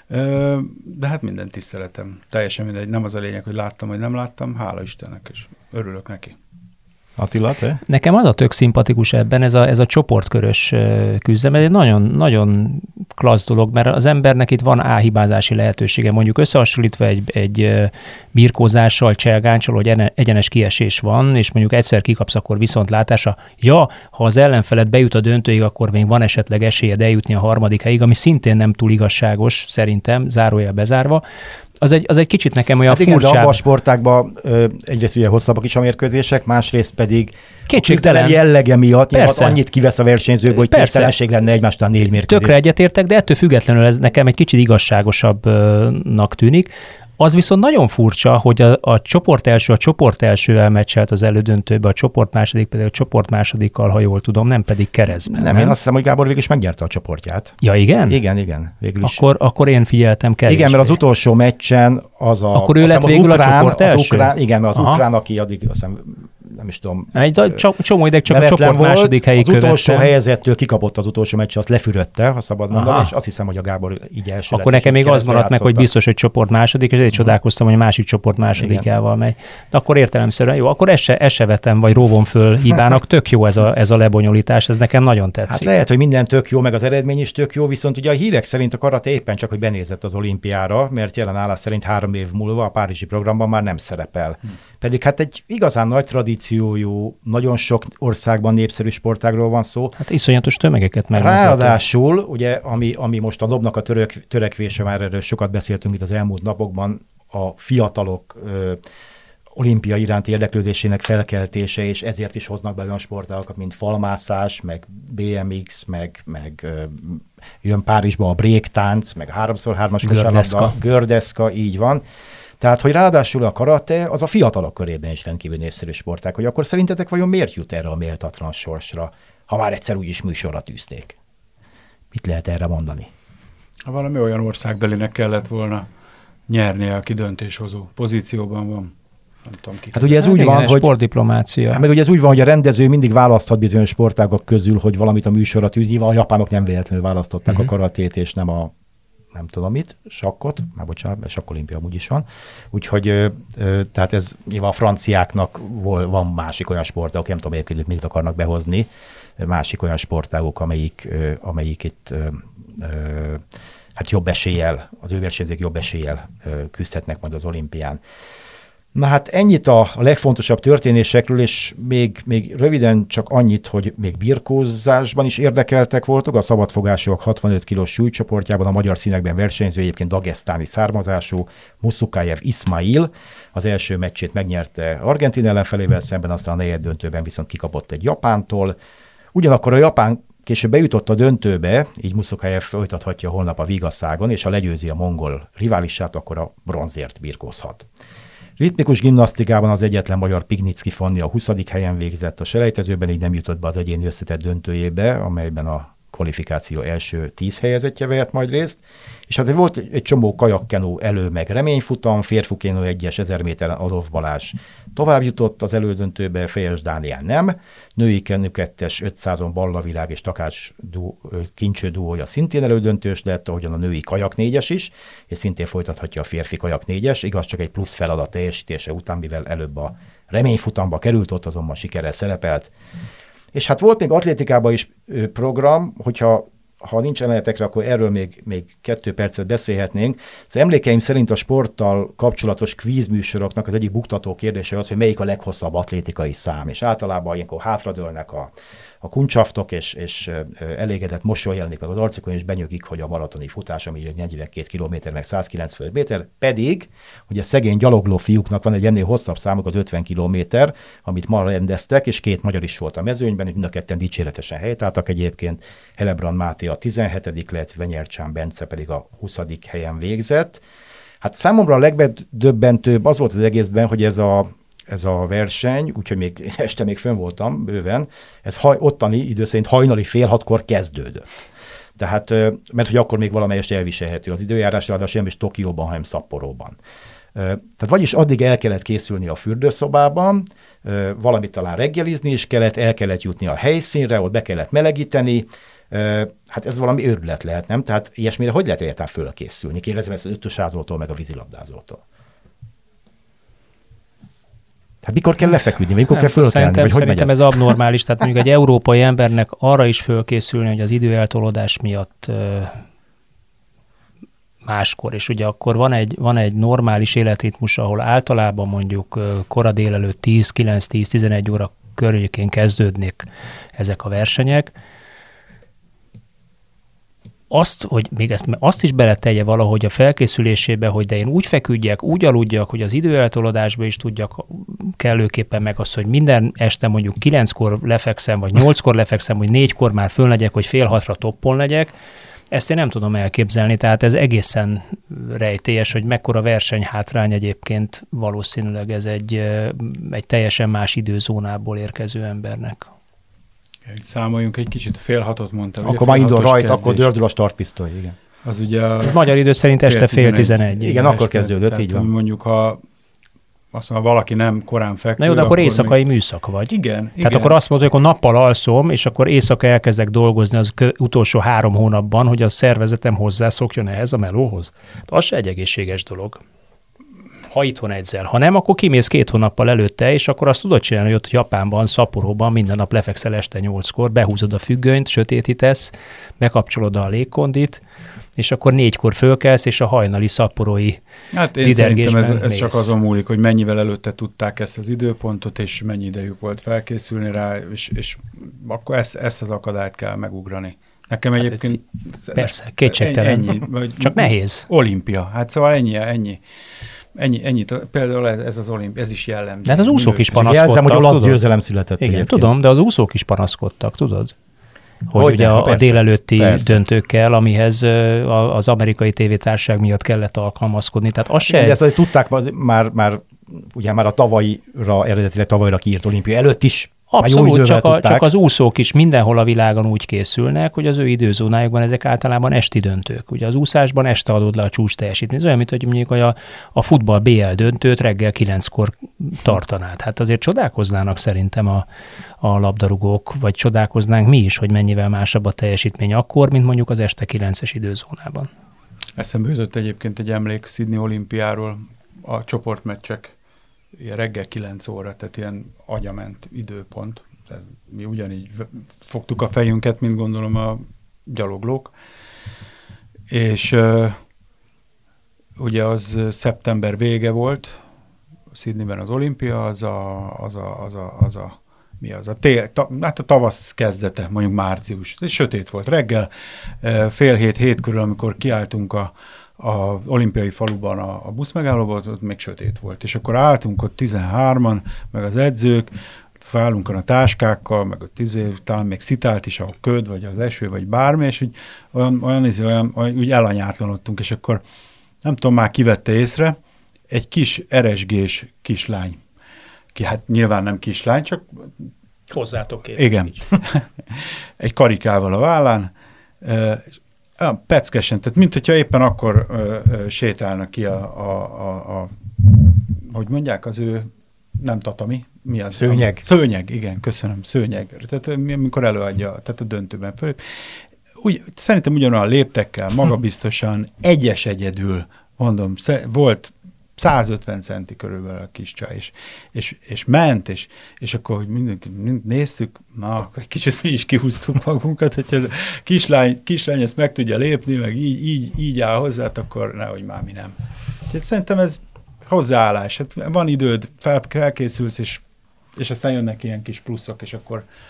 Speaker 1: de hát mindent tiszteletem. Teljesen mindegy, nem az a lényeg, hogy láttam, vagy nem láttam, hála Istennek, és örülök neki.
Speaker 3: Attila, te?
Speaker 4: Nekem az a tök szimpatikus ebben, ez a, ez a csoportkörös küzdelem, ez egy nagyon, nagyon klassz dolog, mert az embernek itt van áhibázási lehetősége, mondjuk összehasonlítva egy, egy birkózással, cselgáncsal, hogy egyenes kiesés van, és mondjuk egyszer kikapsz, akkor viszontlátásra. Ja, ha az ellenfeled bejut a döntőig, akkor még van esetleg esélyed eljutni a harmadik helyig, ami szintén nem túl igazságos, szerintem, zárójel bezárva. Az egy, az egy kicsit nekem olyan
Speaker 3: hát
Speaker 4: furcsább.
Speaker 3: Igen, de abban a sportákban ö, egyrészt ugye hosszabbak is a mérkőzések, másrészt pedig
Speaker 4: kétségtelen
Speaker 3: jellege miatt annyit kivesz a versenyzőből, hogy képtelenség lenne egymástán négy mérkőzés.
Speaker 4: Tökre egyetértek, de ettől függetlenül ez nekem egy kicsit igazságosabbnak tűnik. Az viszont nagyon furcsa, hogy a, a csoport első a csoport elsővel meccselt az elődöntőbe, a csoport második pedig a csoport másodikkal, ha jól tudom, nem pedig keresztben.
Speaker 3: Nem, nem? Én azt hiszem, hogy Gábor végül is megnyerte a csoportját.
Speaker 4: Ja, igen?
Speaker 3: Igen, igen. Végül is.
Speaker 4: Akkor, akkor én figyeltem kevésbé.
Speaker 3: Igen, mert az utolsó meccsen az a...
Speaker 4: Akkor ő lett végül ukrán, a csoport első?
Speaker 3: Az ukrán, igen, mert az Aha. ukrán, aki addig azt hiszem, nem is tudom.
Speaker 4: Egy csomó ideig csak a csoport volt, második helyi
Speaker 3: követte. Az utolsó helyezettől kikapott az utolsó meccs, azt lefürödte, ha szabad mondani, Aha. és azt hiszem, hogy a Gábor így első
Speaker 4: Akkor nekem még az maradt meg, hogy biztos, hogy csoport második, és ezért csodálkoztam, hogy a másik csoport másodikával megy. De akkor értelemszerűen jó, akkor ezt se, ezt se vetem, vagy róvom föl hibának. Tök jó ez a, ez a lebonyolítás, ez nekem nagyon tetszik.
Speaker 3: Hát lehet, hogy minden tök jó, meg az eredmény is tök jó, viszont ugye a hírek szerint a karate éppen csak, hogy benézett az olimpiára, mert jelen állás szerint három év múlva a párizsi programban már nem szerepel. Hm. Pedig hát egy igazán nagy tradíciójú, nagyon sok országban népszerű sportágról van szó.
Speaker 4: Hát iszonyatos tömegeket megmozgató.
Speaker 3: Ráadásul, ugye, ami, ami most a dobnak a török, törekvése, már erről sokat beszéltünk itt az elmúlt napokban, a fiatalok ö, olimpia iránti érdeklődésének felkeltése, és ezért is hoznak be olyan sportágokat, mint falmászás, meg bé em iksz, meg, meg ö, jön Párizsba a breaktánc, meg a háromszor hármas kosárlabda, gördeszka, így van. Tehát, hogy ráadásul a karate az a fiatalok körében is rendkívül népszerű sportág, hogy akkor szerintetek vajon miért jut erre a méltatlan sorsra, ha már egyszer úgyis műsorra tűzték? Mit lehet erre mondani?
Speaker 1: Ha valami olyan országbelinek kellett volna nyernie, aki döntéshozó pozícióban van. Nem tudom ki.
Speaker 3: Hát ugye ez hát úgy
Speaker 4: igen,
Speaker 3: van, hogy
Speaker 4: sportdiplomácia.
Speaker 3: Hát meg ugye ez úgy van, hogy a rendező mindig választhat bizonyos sportágok közül, hogy valamit a műsorra tűz. A japánok nem véletlenül választották uh-huh. a karatét, és nem a nem tudom mit, sakkot, már bocsánat, mert sakkolimpia amúgy is van. Úgyhogy ö, ö, tehát ez nyilván a franciáknak vol, van másik olyan sportágok, nem tudom egyébként, mit akarnak behozni, másik olyan sportágok, amelyik, ö, amelyik itt ö, ö, hát jobb eséllyel, az ő versenyzők jobb eséllyel ö, küzdhetnek majd az olimpián. Na hát ennyit a legfontosabb történésekről, és még, még röviden csak annyit, hogy még birkózásban is érdekeltek voltak. A szabadfogásúak hatvanöt kilós súlycsoportjában a magyar színekben versenyző, egyébként dagesztáni származású Musukajev Ismail az első meccsét megnyerte Argentin ellenfelével szemben, aztán a negyed döntőben viszont kikapott egy japántól. Ugyanakkor a japán később bejutott a döntőbe, így Musukajev folytathatja holnap a Vigaszágon, és ha legyőzi a mongol riválisát, akkor a bronzért birkózhat. Ritmikus gimnasztikában az egyetlen magyar Pignicki Fanni a huszadik helyen végzett a selejtezőben, így nem jutott be az egyéni összetett döntőjébe, amelyben a kvalifikáció első tíz helyezettje vehet majd részt. És hát volt egy csomó kajakkenú elő meg reményfutam, férfukénó egyes ezer méteren Adolf Balázs tovább jutott az elődöntőbe, Fejes Dániel nem. Női kenú kettes ötszázon Balla Világ és Takács du, Kincső duója szintén elődöntős lett, ahogyan a női kajak négyes is, és szintén folytathatja a férfi kajak négyes, igaz csak egy plusz feladat teljesítése után, mivel előbb a reményfutamba került, ott azonban sikerrel szerepelt. És hát volt még atlétikában is program, hogyha ha nincs emeletekre, akkor erről még, még kettő percet beszélhetnénk. Az emlékeim szerint a sporttal kapcsolatos kvízműsoroknak az egyik buktató kérdése az, hogy melyik a leghosszabb atlétikai szám, és általában ilyenkor hátradőlnek a, a kuncsaftok, és, és elégedett mosoly jelenik meg az arcukon, és benyögik, hogy a maratoni futás, ami negyvenkét kilométer, meg százkilencven méter, pedig, hogy a szegény gyalogló fiúknak van egy ennél hosszabb számuk, az ötven kilométer, amit ma rendeztek, és két magyar is volt a mezőnyben, és mind a ketten dicséretesen helytálltak egyébként. Helebrand Máté a tizenhetedik lett, Venyercsán Bence pedig a huszadik helyen végzett. Hát számomra a legdöbbentőbb az volt az egészben, hogy ez a, ez a verseny, úgyhogy még este még fönn voltam bőven, ez haj, ottani idő szerint hajnali fél hatkor kezdődött. Tehát, mert hogy akkor még valamelyest elviselhető az időjárás, ráadásul nem is Tokióban, hanem Szapporóban. Tehát vagyis addig el kellett készülni a fürdőszobában, valamit talán reggelizni is kellett, el kellett jutni a helyszínre, ott be kellett melegíteni. Hát ez valami őrület lehet, nem? Tehát ilyesmire hogy lehet egyáltalán fölkészülni? Kérdezem ezt az ötösázótól, meg a vízilabdázótól. Hát mikor kell lefeküdni, mikor nem, kell fölkelni?
Speaker 4: Szerintem,
Speaker 3: vagy
Speaker 4: szerintem
Speaker 3: hogy
Speaker 4: ez abnormális. Tehát mondjuk egy európai embernek arra is fölkészülni, hogy az időeltolódás miatt ö, máskor, és ugye akkor van egy, van egy normális életritmus, ahol általában mondjuk kora délelőtt tíz, kilenc, tíz, tizenegy óra környékén kezdődnek ezek a versenyek. Azt, hogy még ezt, azt is beletegye valahogy a felkészülésébe, hogy de én úgy feküdjek, úgy aludjak, hogy az időeltolódásba is tudjak kellőképpen, meg azt, hogy minden este mondjuk kilenckor lefekszem, vagy nyolckor lefekszem, hogy négykor már föl legyek, hogy fél hatra toppon legyek, ezt én nem tudom elképzelni, tehát ez egészen rejtélyes, hogy mekkora versenyhátrány egyébként valószínűleg ez egy, egy teljesen más időzónából érkező embernek.
Speaker 1: Számoljunk egy kicsit, fél hatot mondtam.
Speaker 3: Akkor már indul rajt, kezdés. Akkor dördül a startpisztoly, igen.
Speaker 1: Az ugye a
Speaker 4: magyar idő szerint este fél tizenegy.
Speaker 3: Igen, igen, akkor kezdődött, így van.
Speaker 1: Mondjuk, ha azt mondja, valaki nem korán fekvő.
Speaker 4: Na jó, de akkor, akkor éjszakai még... műszak vagy.
Speaker 1: Igen.
Speaker 4: Tehát
Speaker 1: igen.
Speaker 4: akkor azt mondod, hogy akkor nappal alszom, és akkor éjszaka elkezdek dolgozni az utolsó három hónapban, hogy a szervezetem hozzászokjon ehhez a melóhoz. Az se egy egészséges dolog. Ha itthon edzel. Ha nem, akkor kimész két hónappal előtte, és akkor azt tudod csinálni, hogy ott Japánban, Szapporóban minden nap lefekszel este nyolckor, behúzod a függönyt, sötétítesz, bekapcsolod a légkondit, és akkor négykor fölkelsz, és a hajnali szapporói
Speaker 1: Hát én szerintem ez, ez csak azon múlik, hogy mennyivel előtte tudták ezt az időpontot, és mennyi idejük volt felkészülni rá, és, és akkor ezt, ezt az akadályt kell megugrani. Nekem hát egyébként...
Speaker 4: Egy, persze, kétségtelen. Ennyi, vagy csak nehéz.
Speaker 1: Olimpia. Hát szóval ennyi, ennyi. Ennyi, ennyit, például ez az olimpia, ez is jellemző.
Speaker 4: De hát az úszók is panaszkodtak.
Speaker 3: Jelzem, hogy olasz győzelem született.
Speaker 4: Igen,
Speaker 3: egyébként.
Speaker 4: Tudom, de az úszók is panaszkodtak, tudod? Hogy, hogy ugye
Speaker 3: ne,
Speaker 4: a,
Speaker 3: persze,
Speaker 4: a délelőtti
Speaker 3: persze.
Speaker 4: döntőkkel, amihez az amerikai tévétársaság miatt kellett alkalmazkodni. Tehát az se...
Speaker 3: Ezt tudták már, már, ugye már a tavalyra, eredetileg tavalyra kiírt olimpia előtt is.
Speaker 4: Abszolút, csak, a, csak az úszók is mindenhol a világon úgy készülnek, hogy az ő időzónájukban ezek általában esti döntők. Ugye az úszásban este adod le a csúcs teljesítményt. Ez olyan, mint hogy mondjuk a, a futball bé el döntőt reggel kilenckor tartanád. Hát azért csodálkoznának szerintem a, a labdarúgók, vagy csodálkoznánk mi is, hogy mennyivel másabb a teljesítmény akkor, mint mondjuk az este kilences időzónában.
Speaker 1: Eszembe jutott egyébként egy emlék Sydney olimpiáról, a csoportmeccsek ilyen reggel kilenc óra, tehát ilyen agyament időpont. Tehát mi ugyanígy fogtuk a fejünket, mint gondolom a gyaloglók. És uh, ugye az szeptember vége volt, Sydneyben az olimpia, az a, az a, az a, az a mi az a tél, ta, hát a tavasz kezdete, mondjuk március. És sötét volt reggel, uh, fél hét, hét körül, amikor kiálltunk a az olimpiai faluban a, a buszmegállóban, ott még sötét volt. És akkor álltunk ott tizenhárman, meg az edzők, felállunk a táskákkal, meg ott tíz év, talán még szitált is a köd, vagy az eső, vagy bármi, és úgy olyan, olyan, olyan, olyan úgy elanyátlanodtunk, és akkor nem tudom, már kivette észre, egy kis eresgés kislány. Ki, hát nyilván nem kislány, csak...
Speaker 4: Hozzátok két.
Speaker 1: Igen. Egy karikával a vállán, olyan peckesen, tehát mint hogyha éppen akkor ö, ö, sétálnak ki a, a, a, a, hogy mondják, az ő, nem tatami, mi az?
Speaker 3: Szőnyeg.
Speaker 1: A, szőnyeg, igen, köszönöm, szőnyeg. Tehát amikor előadja, tehát a döntőben föl. Úgy, szerintem ugyanolyan léptekkel, magabiztosan, egyes egyedül, mondom, volt százötven centi körülbelül a kis csaj, és, és, és ment, és, és akkor, hogy mindenki mind néztük, na, akkor egy kicsit mi is kihúztuk magunkat, hogy ez a kislány, kislány ezt meg tudja lépni, meg így, így, így áll hozzá, akkor nehogy már mi nem. Úgyhogy szerintem ez hozzáállás. Hát van időd, fel, felkészülsz, és, és aztán jönnek ilyen kis pluszok, és akkor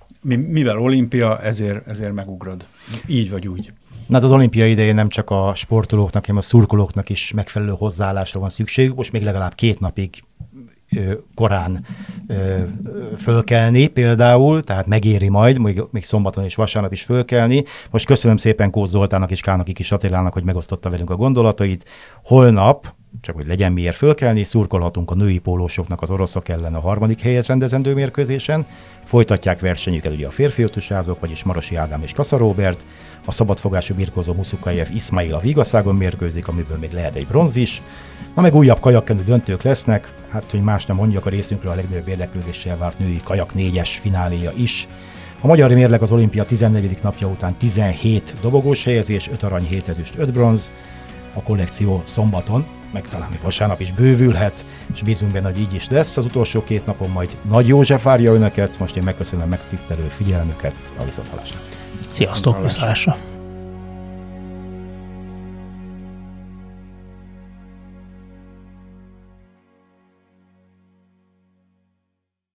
Speaker 1: mivel olimpia, ezért, ezért megugrod. Így vagy úgy.
Speaker 3: Na hát az olimpia idején nem csak a sportolóknak, hanem a szurkolóknak is megfelelő hozzáállásra van szükségük. Most még legalább két napig ö, korán ö, fölkelni például, tehát megéri majd, még, még szombaton és vasárnap is fölkelni. Most köszönöm szépen Kósz Zoltánnak és Kálnoki Kis Attilának, hogy megosztotta velünk a gondolatait. Holnap, csak hogy legyen miért fölkelni, szurkolhatunk a női pólósoknak az oroszok ellen a harmadik helyet rendezendő mérkőzésen. Folytatják versenyüket ugye a férfi ötösázók, vagyis Marosi Ádám és Kassa Róbert. A szabadfogású birkózó Muszukajev Iszmail a Vigaszágon mérkőzik, amiből még lehet egy bronz is. Na meg újabb kajakkenő döntők lesznek, hát hogy más nem mondjak, a részünkről a legnagyobb érdeklődéssel várt női kajak négyes fináléja is. A magyar mérleg az olimpia tizennegyedik napja után tizenhét dobogós helyezés, öt arany, hét ezüst, öt bronz. A kollekció szombaton, meg talán még vasárnap is bővülhet, és bízunk benne, hogy így is lesz. Az utolsó két napon majd Nagy József várja önöket, most én megköszönöm megtisztelő figyelmüket, a viszonthallásra.
Speaker 4: Sziasztok, viszonthallásra!